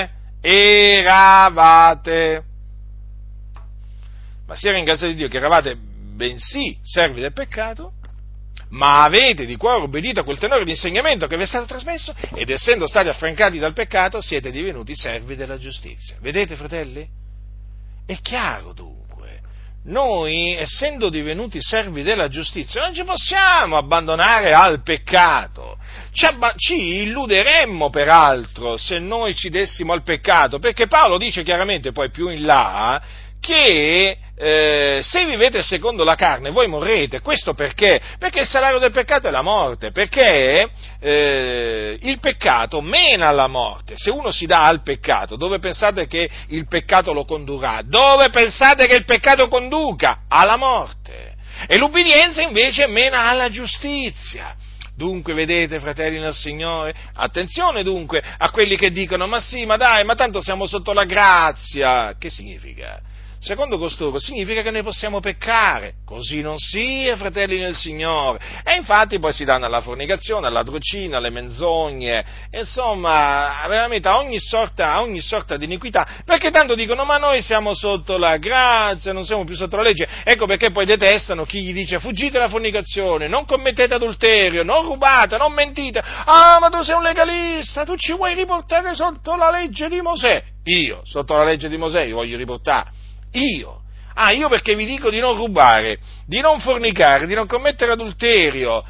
Ma sia ringraziato il Dio che eravate bensì servi del peccato, ma avete di cuore obbedito a quel tenore di insegnamento che vi è stato trasmesso, ed essendo stati affrancati dal peccato siete divenuti servi della giustizia. Vedete, fratelli? È chiaro dunque, noi essendo divenuti servi della giustizia non ci possiamo abbandonare al peccato, ci illuderemmo peraltro se noi ci dessimo al peccato, perché Paolo dice chiaramente poi più in là che se vivete secondo la carne voi morrete. Questo perché? Perché il salario del peccato è la morte, perché il peccato mena alla morte. Se uno si dà al peccato, dove pensate che il peccato lo condurrà? Dove pensate che il peccato conduca? Alla morte. E l'ubbidienza invece mena alla giustizia. Dunque, vedete, fratelli nel Signore, attenzione dunque a quelli che dicono, ma sì, ma dai, ma tanto siamo sotto la grazia. Che significa? Secondo costoro significa che noi possiamo peccare. Così non sia, fratelli nel Signore. E infatti poi si danno alla fornicazione, alla ladrocina, alle menzogne, insomma, veramente a ogni sorta di iniquità, perché tanto dicono, ma noi siamo sotto la grazia, non siamo più sotto la legge. Ecco perché poi detestano chi gli dice, fuggite dalla fornicazione, non commettete adulterio, non rubate, non mentite. Ah, ma tu sei un legalista, tu ci vuoi riportare sotto la legge di Mosè. Io, sotto la legge di Mosè, vi voglio riportare. Io perché vi dico di non rubare, di non fornicare, di non commettere adulterio,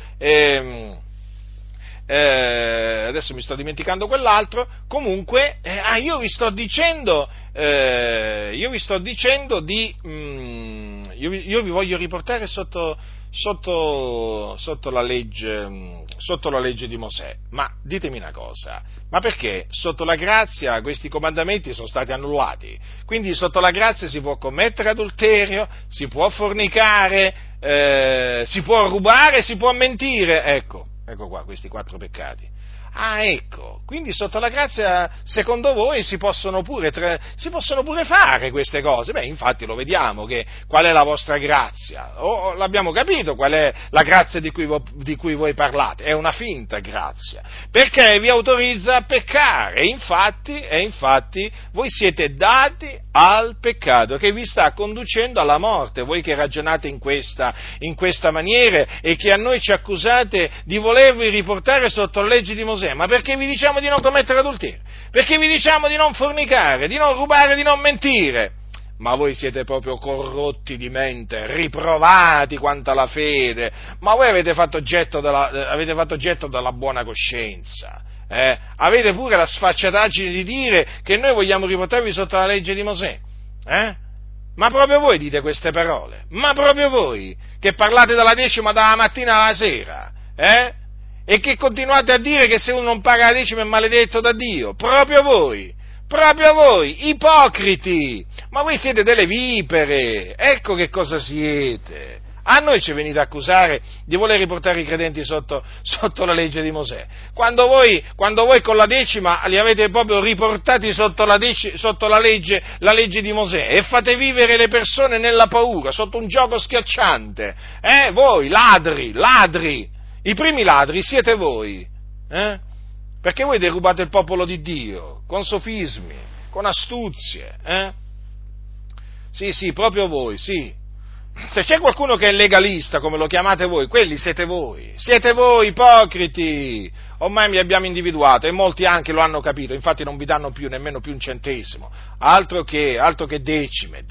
adesso mi sto dimenticando quell'altro, comunque, io vi sto dicendo io vi voglio riportare sotto la legge di Mosè. Ma ditemi una cosa, ma perché sotto la grazia questi comandamenti sono stati annullati? Quindi sotto la grazia si può commettere adulterio, si può fornicare, si può rubare, si può mentire, ecco qua questi 4 peccati. Ecco, quindi sotto la grazia, secondo voi, si possono pure fare queste cose? Beh, infatti lo vediamo, qual è la vostra grazia, l'abbiamo capito qual è la grazia di cui voi parlate, è una finta grazia, perché vi autorizza a peccare, e infatti voi siete dati al peccato, che vi sta conducendo alla morte, voi che ragionate in questa maniera, e che a noi ci accusate di volervi riportare sotto la legge di Mosè. Ma perché vi diciamo di non commettere adulterio? Perché vi diciamo di non fornicare, di non rubare, di non mentire? Ma voi siete proprio corrotti di mente, riprovati quanto alla fede, ma voi avete fatto oggetto della buona coscienza, avete pure la sfacciataggine di dire che noi vogliamo riportarvi sotto la legge di Mosè, Ma proprio voi dite queste parole? Ma proprio voi, che parlate dalla 10ª dalla mattina alla sera, E che continuate a dire che se uno non paga la 10ª è maledetto da Dio? Proprio voi, ipocriti! Ma voi siete delle vipere, ecco che cosa siete! A noi ci venite a accusare di voler riportare i credenti sotto la legge di Mosè, quando voi con la decima li avete proprio riportati sotto la legge di Mosè, e fate vivere le persone nella paura, sotto un gioco schiacciante. Voi, ladri, i primi ladri siete voi, perché voi derubate il popolo di Dio, con sofismi, con astuzie, Sì, proprio voi, sì. Se c'è qualcuno che è legalista, come lo chiamate voi, quelli siete voi ipocriti, ormai vi abbiamo individuato, e molti anche lo hanno capito, infatti non vi danno nemmeno più un centesimo, altro che decime,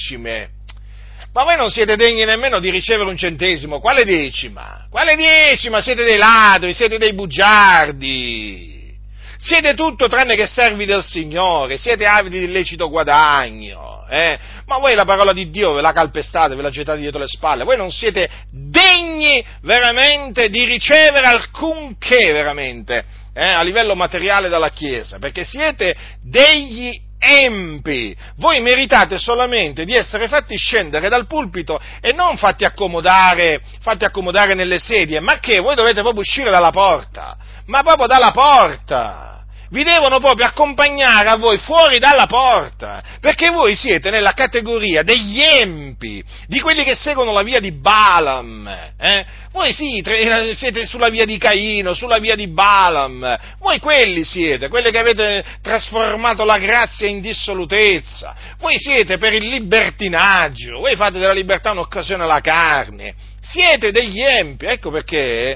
ma voi non siete degni nemmeno di ricevere un centesimo, quale decima? Siete dei ladri, siete dei bugiardi, siete tutto tranne che servi del Signore, siete avidi di illecito guadagno, ma voi la parola di Dio ve la calpestate, ve la gettate dietro le spalle, voi non siete degni veramente di ricevere alcunché veramente, a livello materiale dalla Chiesa, perché siete degli empi, voi meritate solamente di essere fatti scendere dal pulpito e non fatti accomodare nelle sedie, ma che voi dovete proprio uscire dalla porta, ma proprio dalla porta, vi devono proprio accompagnare a voi fuori dalla porta, perché voi siete nella categoria degli empi, di quelli che seguono la via di Balaam, voi sì, siete sulla via di Caino, sulla via di Balaam, voi quelli siete, quelli che avete trasformato la grazia in dissolutezza, voi siete per il libertinaggio, voi fate della libertà un'occasione alla carne, siete degli empi, ecco perché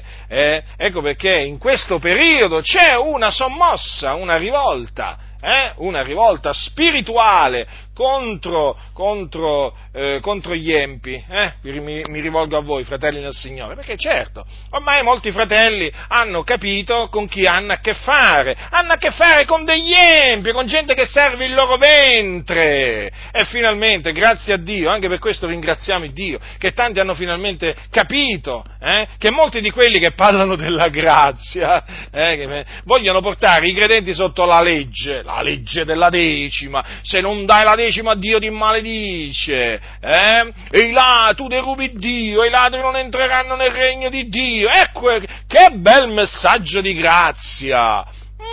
in questo periodo c'è una sommossa, una rivolta spirituale contro gli empi, mi rivolgo a voi, fratelli nel Signore, perché certo, ormai molti fratelli hanno capito con chi hanno a che fare con degli empi, con gente che serve il loro ventre, e finalmente, grazie a Dio, anche per questo ringraziamo il Dio, che tanti hanno finalmente capito, che molti di quelli che parlano della grazia, che vogliono portare i credenti sotto la legge della decima, se non dai la decima Dio ti maledice, tu derubi Dio, i ladri non entreranno nel regno di Dio, ecco che bel messaggio di grazia,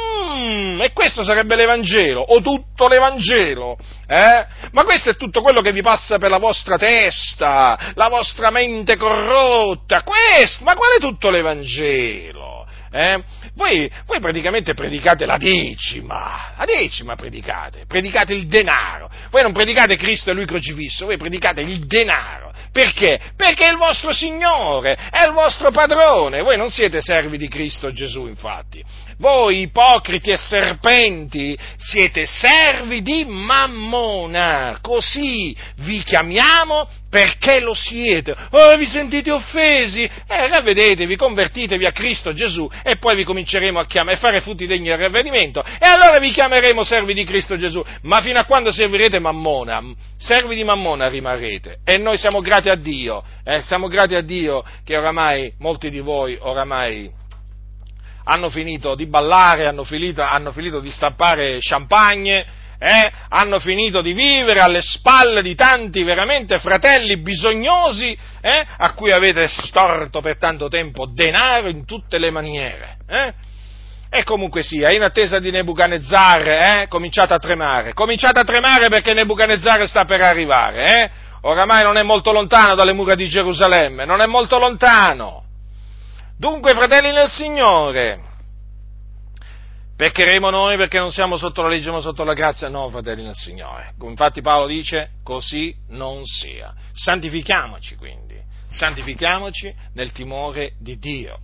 e questo sarebbe l'Evangelo, o tutto l'Evangelo, ma questo è tutto quello che vi passa per la vostra testa, la vostra mente corrotta, ma qual è tutto l'Evangelo? Voi praticamente predicate la decima predicate il denaro, voi non predicate Cristo e Lui crocifisso, voi predicate il denaro, perché? Perché è il vostro Signore, è il vostro padrone, voi non siete servi di Cristo Gesù, infatti, voi ipocriti e serpenti siete servi di Mammona, così vi chiamiamo perché lo siete. Vi sentite offesi? Ravvedetevi, convertitevi a Cristo Gesù e poi vi cominceremo a fare frutti degni di ravvedimento, e allora vi chiameremo servi di Cristo Gesù, ma fino a quando servirete Mammona, servi di Mammona rimarrete, e noi siamo grati a Dio che oramai molti di voi hanno finito di ballare, hanno finito di stappare champagne, hanno finito di vivere alle spalle di tanti veramente fratelli bisognosi, a cui avete storto per tanto tempo denaro in tutte le maniere, E comunque sia, in attesa di Nebuchadnezzar, cominciate a tremare perché Nebuchadnezzar sta per arrivare, Oramai non è molto lontano dalle mura di Gerusalemme, non è molto lontano. Dunque, fratelli nel Signore, peccheremo noi perché non siamo sotto la legge ma sotto la grazia? No, fratelli nel Signore. Infatti Paolo dice, così non sia. Santifichiamoci quindi, nel timore di Dio,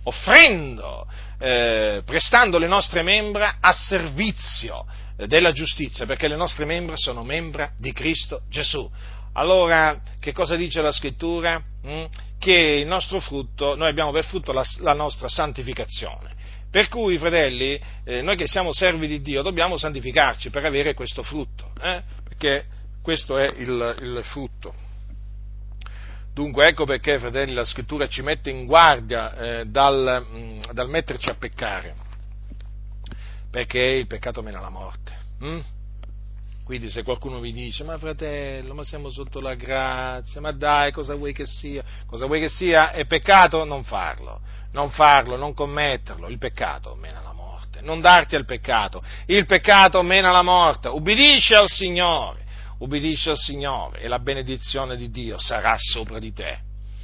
prestando le nostre membra a servizio della giustizia, perché le nostre membra sono membra di Cristo Gesù. Allora, che cosa dice la Scrittura? Che il nostro frutto, noi abbiamo per frutto la nostra santificazione. Per cui, fratelli, noi che siamo servi di Dio dobbiamo santificarci per avere questo frutto, perché questo è il frutto. Dunque, ecco perché, fratelli, la Scrittura ci mette in guardia dal metterci a peccare, perché il peccato mena la morte. Quindi se qualcuno mi dice, ma fratello, ma siamo sotto la grazia, ma dai, cosa vuoi che sia? Cosa vuoi che sia? È peccato? Non farlo, non commetterlo, il peccato mena la morte, non darti al peccato, il peccato mena la morte, ubbidisci al Signore e la benedizione di Dio sarà sopra di te.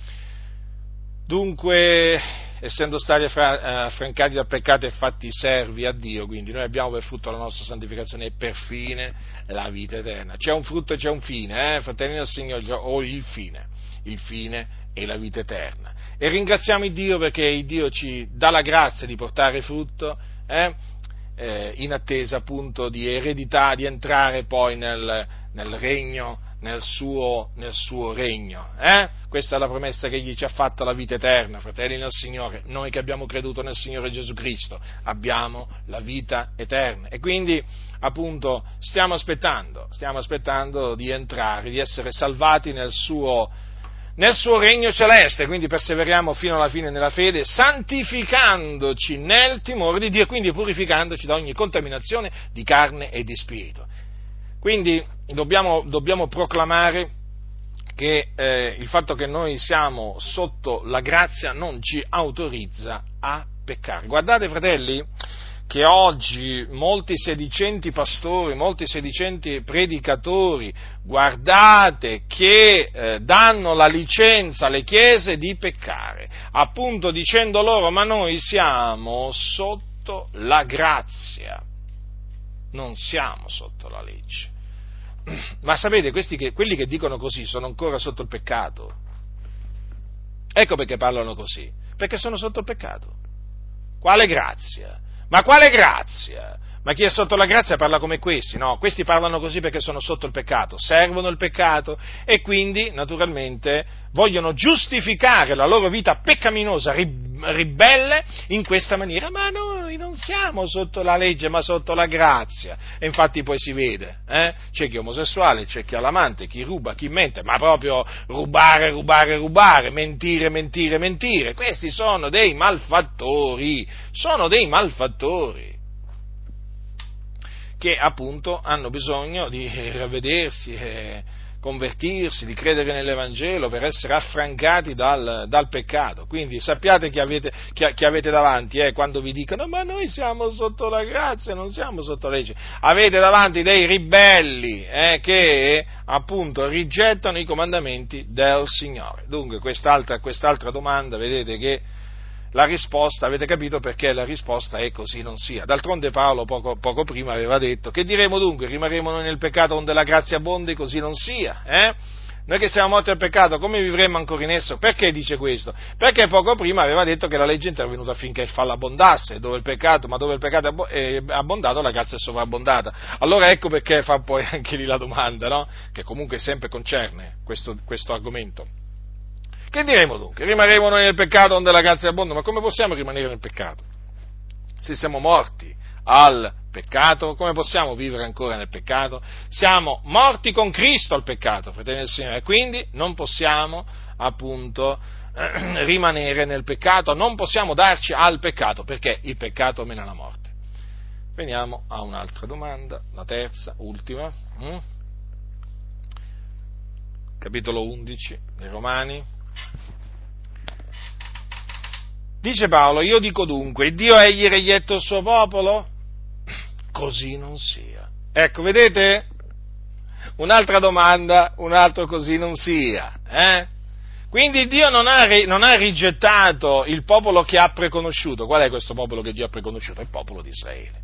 Dunque, essendo stati affrancati dal peccato e fatti servi a Dio, quindi noi abbiamo per frutto la nostra santificazione e per fine la vita eterna. C'è un frutto e c'è un fine, fratelli del Signore, o il fine è la vita eterna. E ringraziamo il Dio perché il Dio ci dà la grazia di portare frutto, in attesa appunto di eredità, di entrare poi nel regno, nel suo regno. Questa è la promessa che Egli ci ha fatto, la vita eterna, fratelli nel Signore. Noi che abbiamo creduto nel Signore Gesù Cristo abbiamo la vita eterna e quindi appunto stiamo aspettando di entrare, di essere salvati nel suo regno celeste, quindi perseveriamo fino alla fine nella fede, santificandoci nel timore di Dio, quindi purificandoci da ogni contaminazione di carne e di spirito. Quindi dobbiamo proclamare che il fatto che noi siamo sotto la grazia non ci autorizza a peccare. Guardate, fratelli, che oggi molti sedicenti pastori, molti sedicenti predicatori, guardate che danno la licenza alle chiese di peccare, appunto dicendo loro: ma noi siamo sotto la grazia, non siamo sotto la legge. Ma sapete, quelli che dicono così sono ancora sotto il peccato. Ecco perché parlano così, perché sono sotto il peccato. Quale grazia? Ma quale grazia? Ma chi è sotto la grazia parla come questi? No, questi parlano così perché sono sotto il peccato, servono il peccato e quindi, naturalmente, vogliono giustificare la loro vita peccaminosa, ribelle, in questa maniera. Ma noi non siamo sotto la legge, ma sotto la grazia. E infatti poi si vede, c'è chi è omosessuale, c'è chi è l'amante, chi ruba, chi mente, ma proprio rubare, mentire. Questi sono dei malfattori, che appunto hanno bisogno di ravvedersi e convertirsi, di credere nell'Evangelo per essere affrancati dal peccato. Quindi sappiate chi avete davanti quando vi dicono: ma noi siamo sotto la grazia, non siamo sotto la legge. Avete davanti dei ribelli che appunto rigettano i comandamenti del Signore. Dunque quest'altra domanda, vedete che la risposta, avete capito perché la risposta è così non sia. D'altronde Paolo poco prima aveva detto: che diremo dunque? Rimarremo noi nel peccato onde la grazia abbondi? Così non sia. Noi che siamo morti al peccato, come vivremo ancora in esso? Perché dice questo? Perché poco prima aveva detto che la legge è intervenuta affinché il fallo abbondasse, dove il peccato è abbondato, la grazia è sovrabbondata. Allora ecco perché fa poi anche lì la domanda, no? Che comunque sempre concerne questo argomento. Che diremo dunque? Rimarremo noi nel peccato onde la grazia abbonda? Ma come possiamo rimanere nel peccato? Se siamo morti al peccato, come possiamo vivere ancora nel peccato? Siamo morti con Cristo al peccato, fratelli del Signore, e quindi non possiamo appunto rimanere nel peccato, non possiamo darci al peccato, perché il peccato mena la morte. Veniamo a un'altra domanda, la terza, ultima. Capitolo 11 dei Romani. Dice Paolo: io dico dunque, Dio egli reietto il suo popolo? Così non sia. Ecco, vedete? Un'altra domanda, un altro così non sia. Quindi Dio non ha rigettato il popolo che ha preconosciuto. Qual è questo popolo che Dio ha preconosciuto? Il popolo di Israele.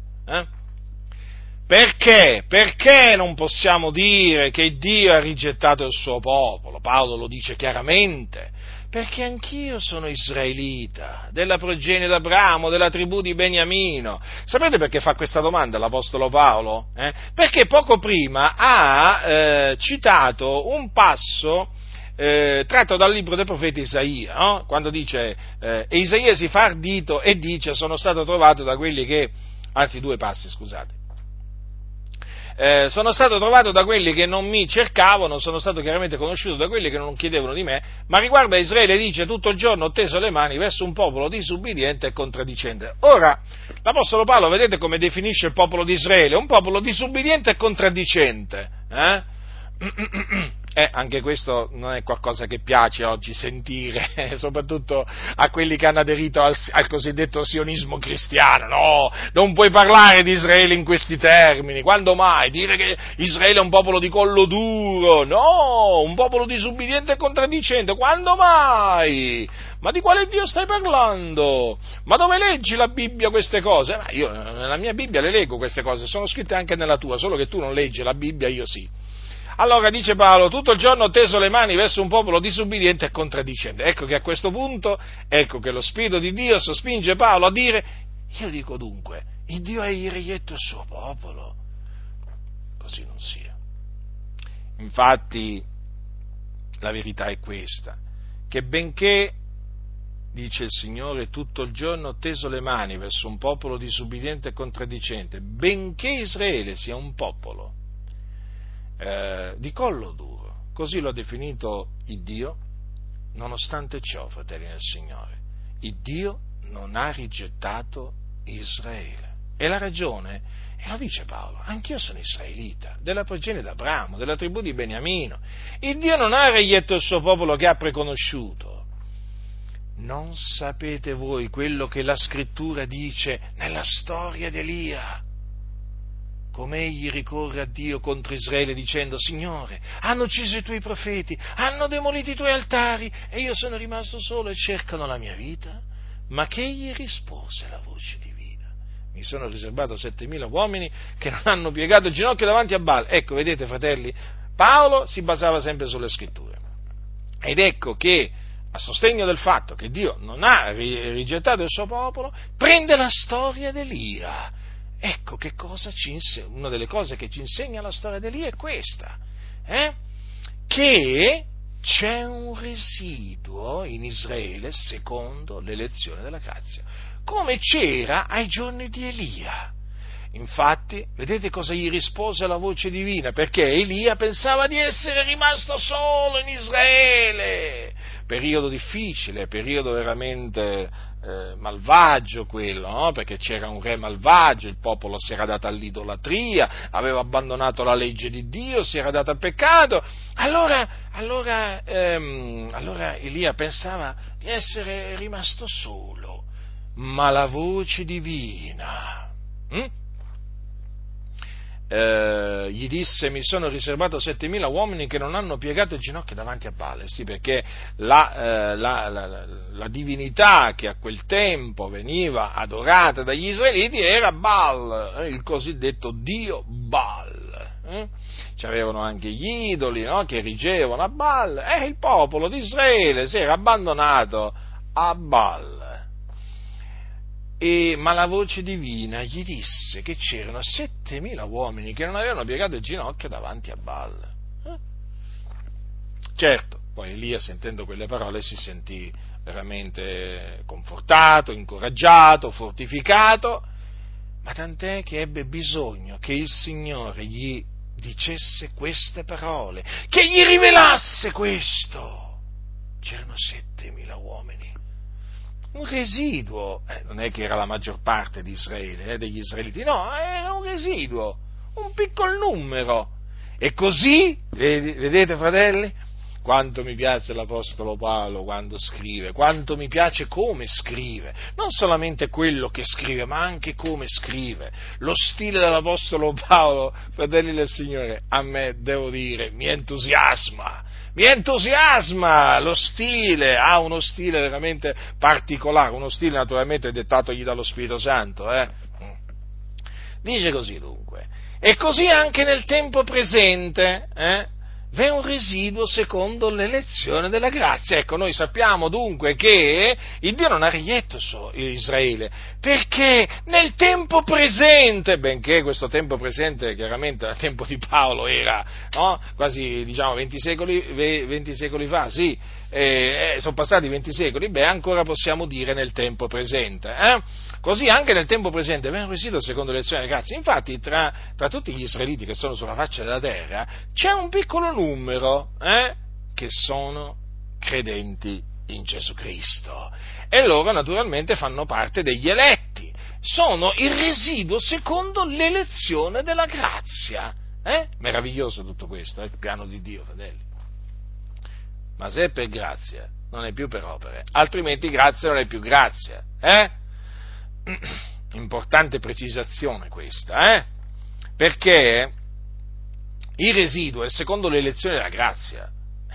Perché? Perché non possiamo dire che Dio ha rigettato il suo popolo? Paolo lo dice chiaramente. Perché anch'io sono israelita, della progenie d'Abramo, della tribù di Beniamino. Sapete perché fa questa domanda l'Apostolo Paolo? Perché poco prima ha citato un passo tratto dal libro del profeta Isaia, no? Quando dice, e Isaia si fa ardito e dice: sono stato trovato da quelli che, anzi due passi, scusate. sono stato trovato da quelli che non mi cercavano, sono stato chiaramente conosciuto da quelli che non chiedevano di me, ma riguardo a Israele dice: tutto il giorno ho teso le mani verso un popolo disubbidiente e contraddicente. Ora, l'Apostolo Paolo, vedete come definisce il popolo di Israele? Un popolo disubbidiente e contraddicente, anche questo non è qualcosa che piace oggi sentire, soprattutto a quelli che hanno aderito al cosiddetto sionismo cristiano. No, non puoi parlare di Israele in questi termini, quando mai? Dire che Israele è un popolo di collo duro, no, un popolo disubbidiente e contraddicente, quando mai? Ma di quale Dio stai parlando? Ma dove leggi la Bibbia queste cose? Ma io nella mia Bibbia le leggo queste cose, sono scritte anche nella tua, solo che tu non leggi la Bibbia, io sì. Allora dice Paolo: tutto il giorno ho teso le mani verso un popolo disubbidiente e contraddicente. Ecco che a questo punto, ecco che lo Spirito di Dio sospinge Paolo a dire: io dico dunque, il Dio ha rietto il suo popolo. Così non sia. Infatti, la verità è questa, che benché, dice il Signore, tutto il giorno ho teso le mani verso un popolo disubbidiente e contraddicente, benché Israele sia un popolo di collo duro, così lo ha definito il Dio. Nonostante ciò, fratelli nel Signore, il Dio non ha rigettato Israele. E la ragione, e lo dice Paolo: anch'io sono israelita, della progenie d'Abramo, della tribù di Beniamino. Il Dio non ha reietto il suo popolo che ha preconosciuto. Non sapete voi quello che la Scrittura dice nella storia di Elia? Come egli ricorre a Dio contro Israele dicendo: Signore, hanno ucciso i tuoi profeti, hanno demolito i tuoi altari e io sono rimasto solo e cercano la mia vita. Ma che egli rispose la voce divina: mi sono riservato 7.000 uomini che non hanno piegato il ginocchio davanti a Baal. Ecco, vedete, fratelli, Paolo si basava sempre sulle Scritture. Ed ecco che, a sostegno del fatto che Dio non ha rigettato il suo popolo, prende la storia di Elia. Ecco che cosa una delle cose che ci insegna la storia di Elia è questa, che c'è un residuo in Israele secondo l'elezione della grazia, come c'era ai giorni di Elia. Infatti, vedete cosa gli rispose la voce divina? Perché Elia pensava di essere rimasto solo in Israele. Periodo difficile, periodo veramente malvagio quello, no? Perché c'era un re malvagio, il popolo si era dato all'idolatria, aveva abbandonato la legge di Dio, si era dato al peccato. Allora Elia pensava di essere rimasto solo, ma la voce divina gli disse: mi sono riservato 7.000 uomini che non hanno piegato il ginocchio davanti a Baal. Sì, perché la divinità che a quel tempo veniva adorata dagli israeliti era Baal, il cosiddetto dio Baal. C'avevano anche gli idoli, no, che erigevano a Baal, e il popolo di Israele si era abbandonato a Baal. Ma la voce divina gli disse che c'erano 7.000 uomini che non avevano piegato il ginocchio davanti a Baal. Certo, poi Elia, sentendo quelle parole, si sentì veramente confortato, incoraggiato, fortificato, ma tant'è che ebbe bisogno che il Signore gli dicesse queste parole, che gli rivelasse questo. C'erano 7.000 uomini. Un residuo, non è che era la maggior parte di Israele, degli israeliti, no, era un residuo, un piccolo numero. E così, vedete fratelli, quanto mi piace l'Apostolo Paolo quando scrive, quanto mi piace come scrive, non solamente quello che scrive, ma anche come scrive. Lo stile dell'Apostolo Paolo, fratelli del Signore, a me, devo dire, mi entusiasma, lo stile, ha uno stile veramente particolare, uno stile naturalmente dettatogli dallo Spirito Santo. Dice così dunque, e così anche nel tempo presente, v'è un residuo secondo l'elezione della grazia. Ecco, noi sappiamo dunque che il Dio non ha reietto Israele, perché nel tempo presente, benché questo tempo presente chiaramente al tempo di Paolo era, no, quasi 20 secoli fa, sì, sono passati 20 secoli, ancora possiamo dire nel tempo presente. Così anche nel tempo presente viene residuo secondo l'elezione della grazia. Infatti tra tutti gli israeliti che sono sulla faccia della terra c'è un piccolo numero che sono credenti in Gesù Cristo, e loro naturalmente fanno parte degli eletti, sono il residuo secondo l'elezione della grazia. Meraviglioso tutto questo, il piano di Dio, fratelli. Ma se è per grazia, non è più per opere, altrimenti grazia non è più grazia. Importante precisazione questa, perché il residuo è secondo l'elezione della grazia.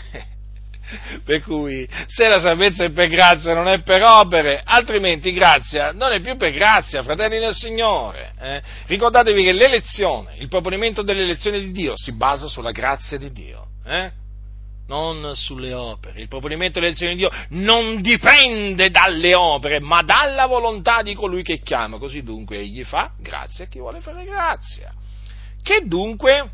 Per cui, se la salvezza è per grazia non è per opere, altrimenti grazia non è più per grazia, fratelli del Signore. Ricordatevi che l'elezione, il proponimento dell'elezione di Dio si basa sulla grazia di Dio, non sulle opere. Il proponimento dell'elezione di Dio non dipende dalle opere, ma dalla volontà di colui che chiama. Così dunque egli fa grazia a chi vuole fare grazia. Che dunque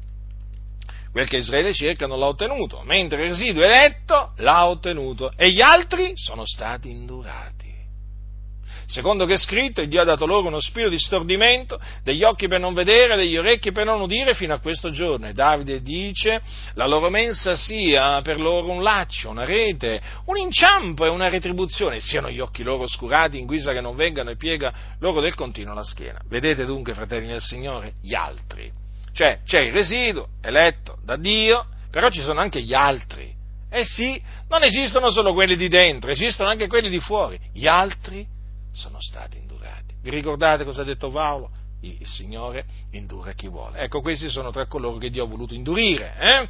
quel che Israele cerca non l'ha ottenuto, mentre il residuo eletto l'ha ottenuto, e gli altri sono stati indurati. Secondo che è scritto, Dio ha dato loro uno spirito di stordimento, degli occhi per non vedere, degli orecchi per non udire, fino a questo giorno. E Davide dice, la loro mensa sia per loro un laccio, una rete, un inciampo e una retribuzione, siano gli occhi loro oscurati in guisa che non vengano, e piega loro del continuo la schiena. Vedete dunque, fratelli del Signore, gli altri. Cioè, c'è il residuo eletto da Dio, però ci sono anche gli altri. Sì, non esistono solo quelli di dentro, esistono anche quelli di fuori. Gli altri sono stati indurati. Vi ricordate cosa ha detto Paolo? Il Signore indura chi vuole. Ecco, questi sono tra coloro che Dio ha voluto indurire.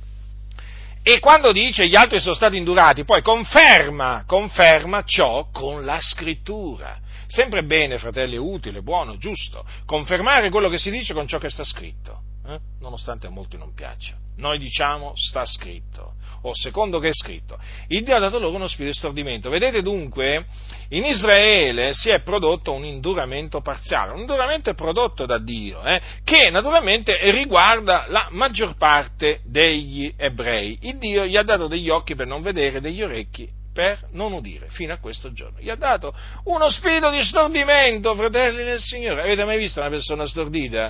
E quando dice gli altri sono stati indurati, poi conferma ciò con la Scrittura. Sempre bene, fratelli, è utile, buono, giusto, confermare quello che si dice con ciò che sta scritto, nonostante a molti non piaccia. Noi diciamo sta scritto, o secondo che è scritto. Il Dio ha dato loro uno spirito di stordimento. Vedete dunque, in Israele si è prodotto un induramento parziale, un induramento è prodotto da Dio, che naturalmente riguarda la maggior parte degli ebrei. Il Dio gli ha dato degli occhi per non vedere, degli orecchi per non udire, fino a questo giorno. Gli ha dato uno spirito di stordimento, fratelli del Signore. Avete mai visto una persona stordita?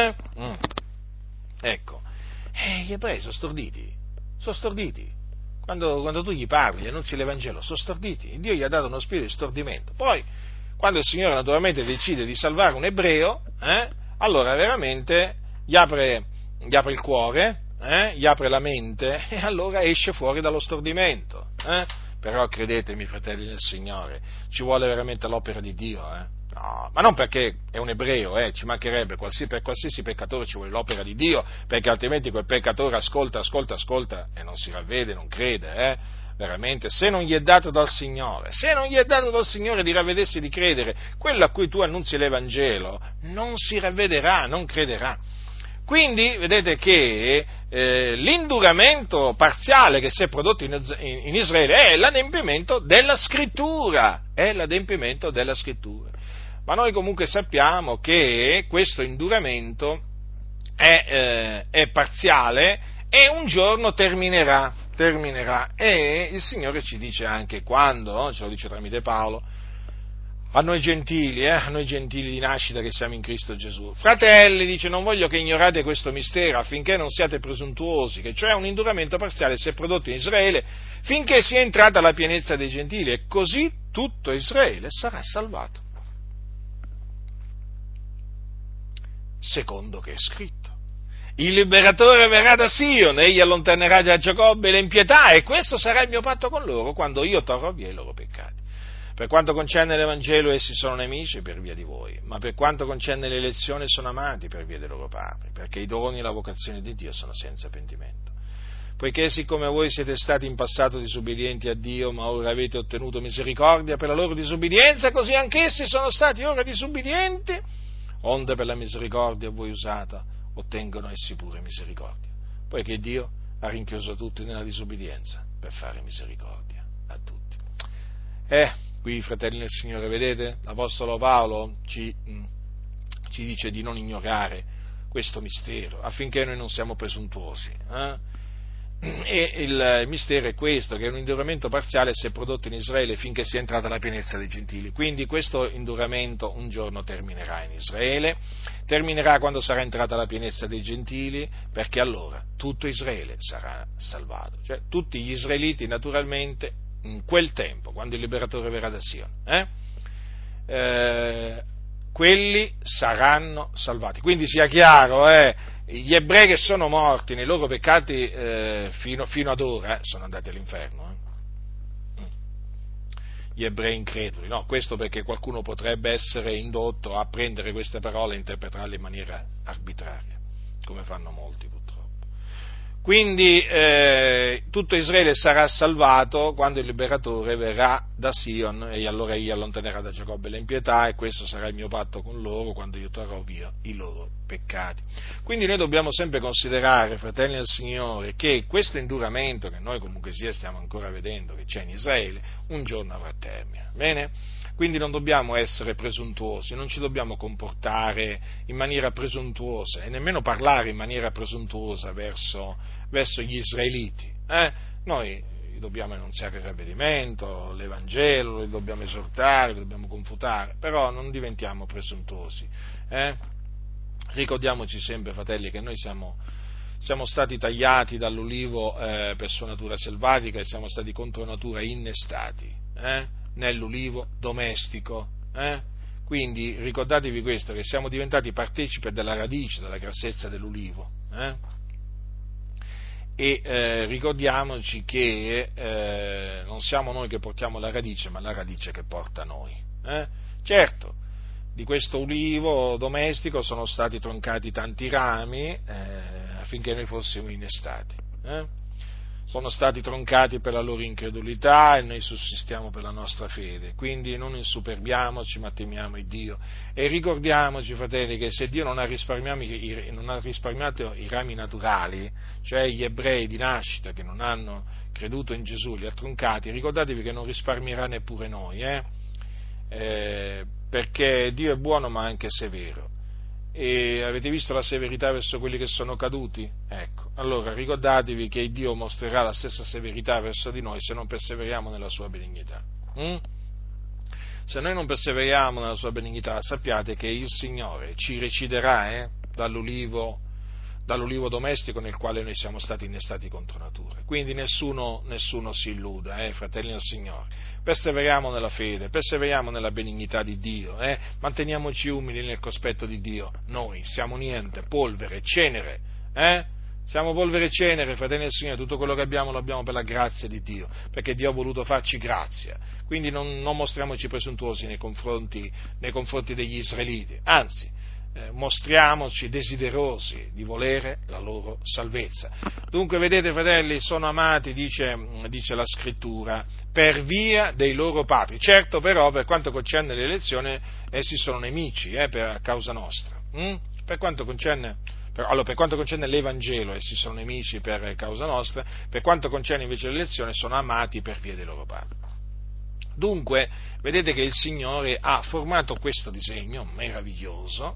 Ecco, gli ebrei sono storditi. Quando tu gli parli, annunzi l'Evangelo, sono storditi. Dio gli ha dato uno spirito di stordimento. Poi, quando il Signore naturalmente decide di salvare un ebreo, allora veramente gli apre il cuore, gli apre la mente, e allora esce fuori dallo stordimento. Però credetemi, fratelli del Signore, ci vuole veramente l'opera di Dio, No, ma non perché è un ebreo, ci mancherebbe, per qualsiasi peccatore ci vuole l'opera di Dio, perché altrimenti quel peccatore ascolta e non si ravvede, non crede, veramente, se non gli è dato dal Signore di ravvedersi e di credere, quello a cui tu annunzi l'Evangelo, non si ravvederà, non crederà. Quindi vedete che l'induramento parziale che si è prodotto in Israele è l'adempimento della Scrittura, Ma noi comunque sappiamo che questo induramento è parziale e un giorno terminerà, e il Signore ci dice anche quando, ce lo dice tramite Paolo, a noi gentili di nascita che siamo in Cristo Gesù. Fratelli, dice, non voglio che ignorate questo mistero, affinché non siate presuntuosi, che cioè un induramento parziale si è prodotto in Israele, finché sia entrata la pienezza dei gentili, e così tutto Israele sarà salvato. Secondo che è scritto, il liberatore verrà da Sion, egli allontanerà da Giacobbe l'impietà, e questo sarà il mio patto con loro, quando io torrò via i loro peccati. Per quanto concerne l'Evangelo, essi sono nemici per via di voi, ma per quanto concerne l'elezione sono amati per via dei loro padri, perché i doni e la vocazione di Dio sono senza pentimento. Poiché siccome voi siete stati in passato disobbedienti a Dio, ma ora avete ottenuto misericordia per la loro disobbedienza, così anch'essi sono stati ora disobbedienti, onde per la misericordia a voi usata ottengono essi pure misericordia, poiché Dio ha rinchiuso tutti nella disobbedienza per fare misericordia a tutti. Qui, fratelli del Signore, vedete, l'Apostolo Paolo ci dice di non ignorare questo mistero, affinché noi non siamo presuntuosi. E il mistero è questo, che un induramento parziale si è prodotto in Israele finché sia entrata la pienezza dei gentili. Quindi questo induramento un giorno terminerà in Israele, terminerà quando sarà entrata la pienezza dei gentili, perché allora tutto Israele sarà salvato. Cioè tutti gli israeliti naturalmente in quel tempo, quando il liberatore verrà da Sion, quelli saranno salvati. Quindi sia chiaro, gli ebrei che sono morti nei loro peccati fino ad ora sono andati all'inferno. Gli ebrei increduli, no? Questo perché qualcuno potrebbe essere indotto a prendere queste parole e interpretarle in maniera arbitraria, come fanno molti purtroppo. Quindi tutto Israele sarà salvato quando il liberatore verrà da Sion e allora egli allontanerà da Giacobbe l'impietà, e questo sarà il mio patto con loro quando io trarrò via i loro peccati. Quindi noi dobbiamo sempre considerare, fratelli del Signore, che questo induramento che noi comunque sia stiamo ancora vedendo che c'è in Israele, un giorno avrà termine. Bene? Quindi non dobbiamo essere presuntuosi, non ci dobbiamo comportare in maniera presuntuosa e nemmeno parlare in maniera presuntuosa verso gli israeliti. Noi li dobbiamo annunziare il ravvedimento, l'Evangelo, li dobbiamo esortare, li dobbiamo confutare, però non diventiamo presuntuosi. Ricordiamoci sempre, fratelli, che noi siamo stati tagliati dall'ulivo per sua natura selvatica e siamo stati contro natura innestati nell'ulivo domestico. Quindi ricordatevi questo, che siamo diventati partecipi della radice, della grassezza dell'ulivo. E ricordiamoci che non siamo noi che portiamo la radice, ma la radice che porta noi. Certo, di questo ulivo domestico sono stati troncati tanti rami affinché noi fossimo innestati. Sono stati troncati per la loro incredulità e noi sussistiamo per la nostra fede. Quindi non insuperbiamoci, ma temiamo il Dio. E ricordiamoci, fratelli, che se Dio non ha risparmiato i rami naturali, cioè gli ebrei di nascita che non hanno creduto in Gesù, li ha troncati, ricordatevi che non risparmierà neppure noi, perché Dio è buono ma anche severo. E avete visto la severità verso quelli che sono caduti? Ecco, allora ricordatevi che Dio mostrerà la stessa severità verso di noi se non perseveriamo nella sua benignità. Se noi non perseveriamo nella sua benignità, sappiate che il Signore ci reciderà dall'ulivo domestico nel quale noi siamo stati innestati contro natura. Quindi nessuno si illuda, fratelli del Signore. Perseveriamo nella fede, perseveriamo nella benignità di Dio, manteniamoci umili nel cospetto di Dio. Noi siamo niente, polvere, cenere, Siamo polvere e cenere, fratelli del Signore, tutto quello che abbiamo lo abbiamo per la grazia di Dio, perché Dio ha voluto farci grazia. Quindi non mostriamoci presuntuosi nei confronti degli israeliti, anzi, mostriamoci desiderosi di volere la loro salvezza. Dunque, vedete, fratelli, sono amati, dice la Scrittura, per via dei loro patri. Certo, però, per quanto concerne l'elezione, essi sono nemici a causa nostra. Per quanto concerne l'Evangelo, essi sono nemici per causa nostra, per quanto concerne invece l'elezione, sono amati per via dei loro padri. Dunque, vedete che il Signore ha formato questo disegno meraviglioso,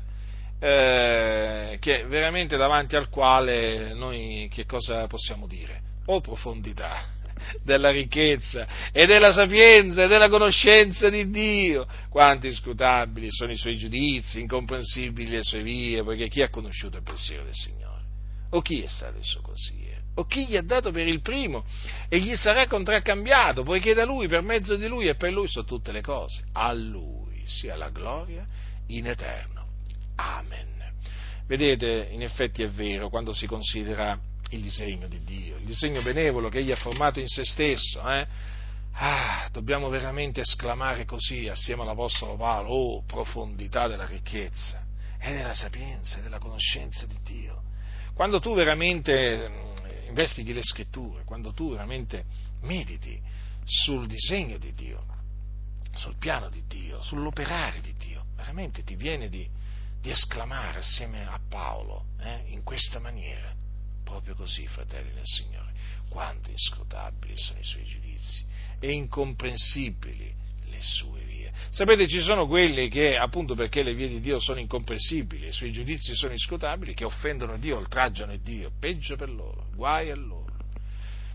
che veramente davanti al quale noi che cosa possiamo dire? Profondità della ricchezza e della sapienza e della conoscenza di Dio, quanti inscrutabili sono i suoi giudizi, incomprensibili le sue vie, poiché chi ha conosciuto il pensiero del Signore? O chi è stato il suo consigliere? O chi gli ha dato per il primo e gli sarà contraccambiato, poiché da Lui, per mezzo di Lui e per Lui sono tutte le cose. A Lui sia la gloria in eterno. Amen. Vedete, in effetti è vero, quando si considera il disegno di Dio, il disegno benevolo che Egli ha formato in se stesso, dobbiamo veramente esclamare così, assieme all'Apostolo Paolo, profondità della ricchezza e della sapienza e della conoscenza di Dio. Quando tu veramente investighi le Scritture, quando tu veramente mediti sul disegno di Dio, sul piano di Dio, sull'operare di Dio, veramente ti viene di esclamare assieme a Paolo in questa maniera, proprio così, fratelli del Signore, quanto inscrutabili sono i suoi giudizi e incomprensibili le sue vie. Sapete, ci sono quelli che, appunto perché le vie di Dio sono incomprensibili, i suoi giudizi sono inscrutabili, che offendono Dio, oltraggiano Dio, peggio per loro, guai a loro.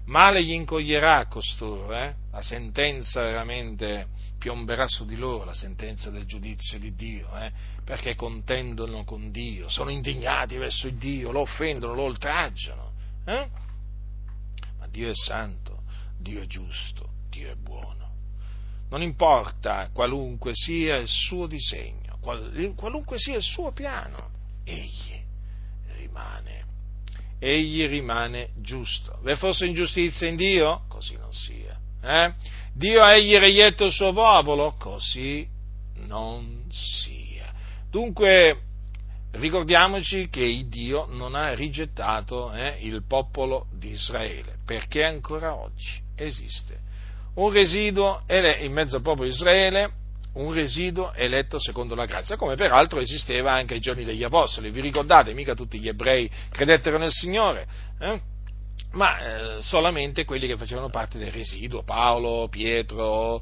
male gli incoglierà a costoro, la sentenza veramente piomberà su di loro, la sentenza del giudizio di Dio, perché contendono con Dio, sono indignati verso il Dio, lo offendono, lo oltraggiano, ma Dio è santo, Dio è giusto, Dio è buono. Non importa qualunque sia il suo disegno, qualunque sia il suo piano, egli rimane giusto. Ve fosse ingiustizia in Dio? Così non sia. Dio ha egli reietto il suo popolo? Così non sia. Dunque, ricordiamoci che il Dio non ha rigettato il popolo di Israele, perché ancora oggi esiste un residuo in mezzo al popolo di Israele, un residuo eletto secondo la grazia, come peraltro esisteva anche ai giorni degli Apostoli. Vi ricordate? Mica tutti gli ebrei credettero nel Signore, ma solamente quelli che facevano parte del residuo, Paolo, Pietro,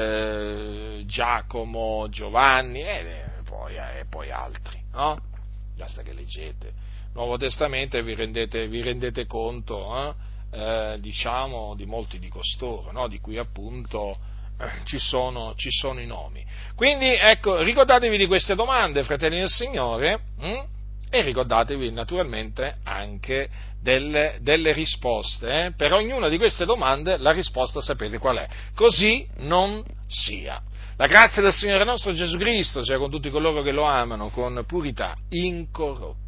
Giacomo, Giovanni e poi altri, no? Basta che leggete il Nuovo Testamento e vi rendete conto, diciamo, di molti di costoro, no? Di cui appunto ci sono i nomi. Quindi, ecco, ricordatevi di queste domande, fratelli del Signore, e ricordatevi naturalmente anche delle risposte. Per ognuna di queste domande la risposta sapete qual è. Così non sia. La grazia del Signore nostro Gesù Cristo sia con tutti coloro che lo amano con purità incorrotta.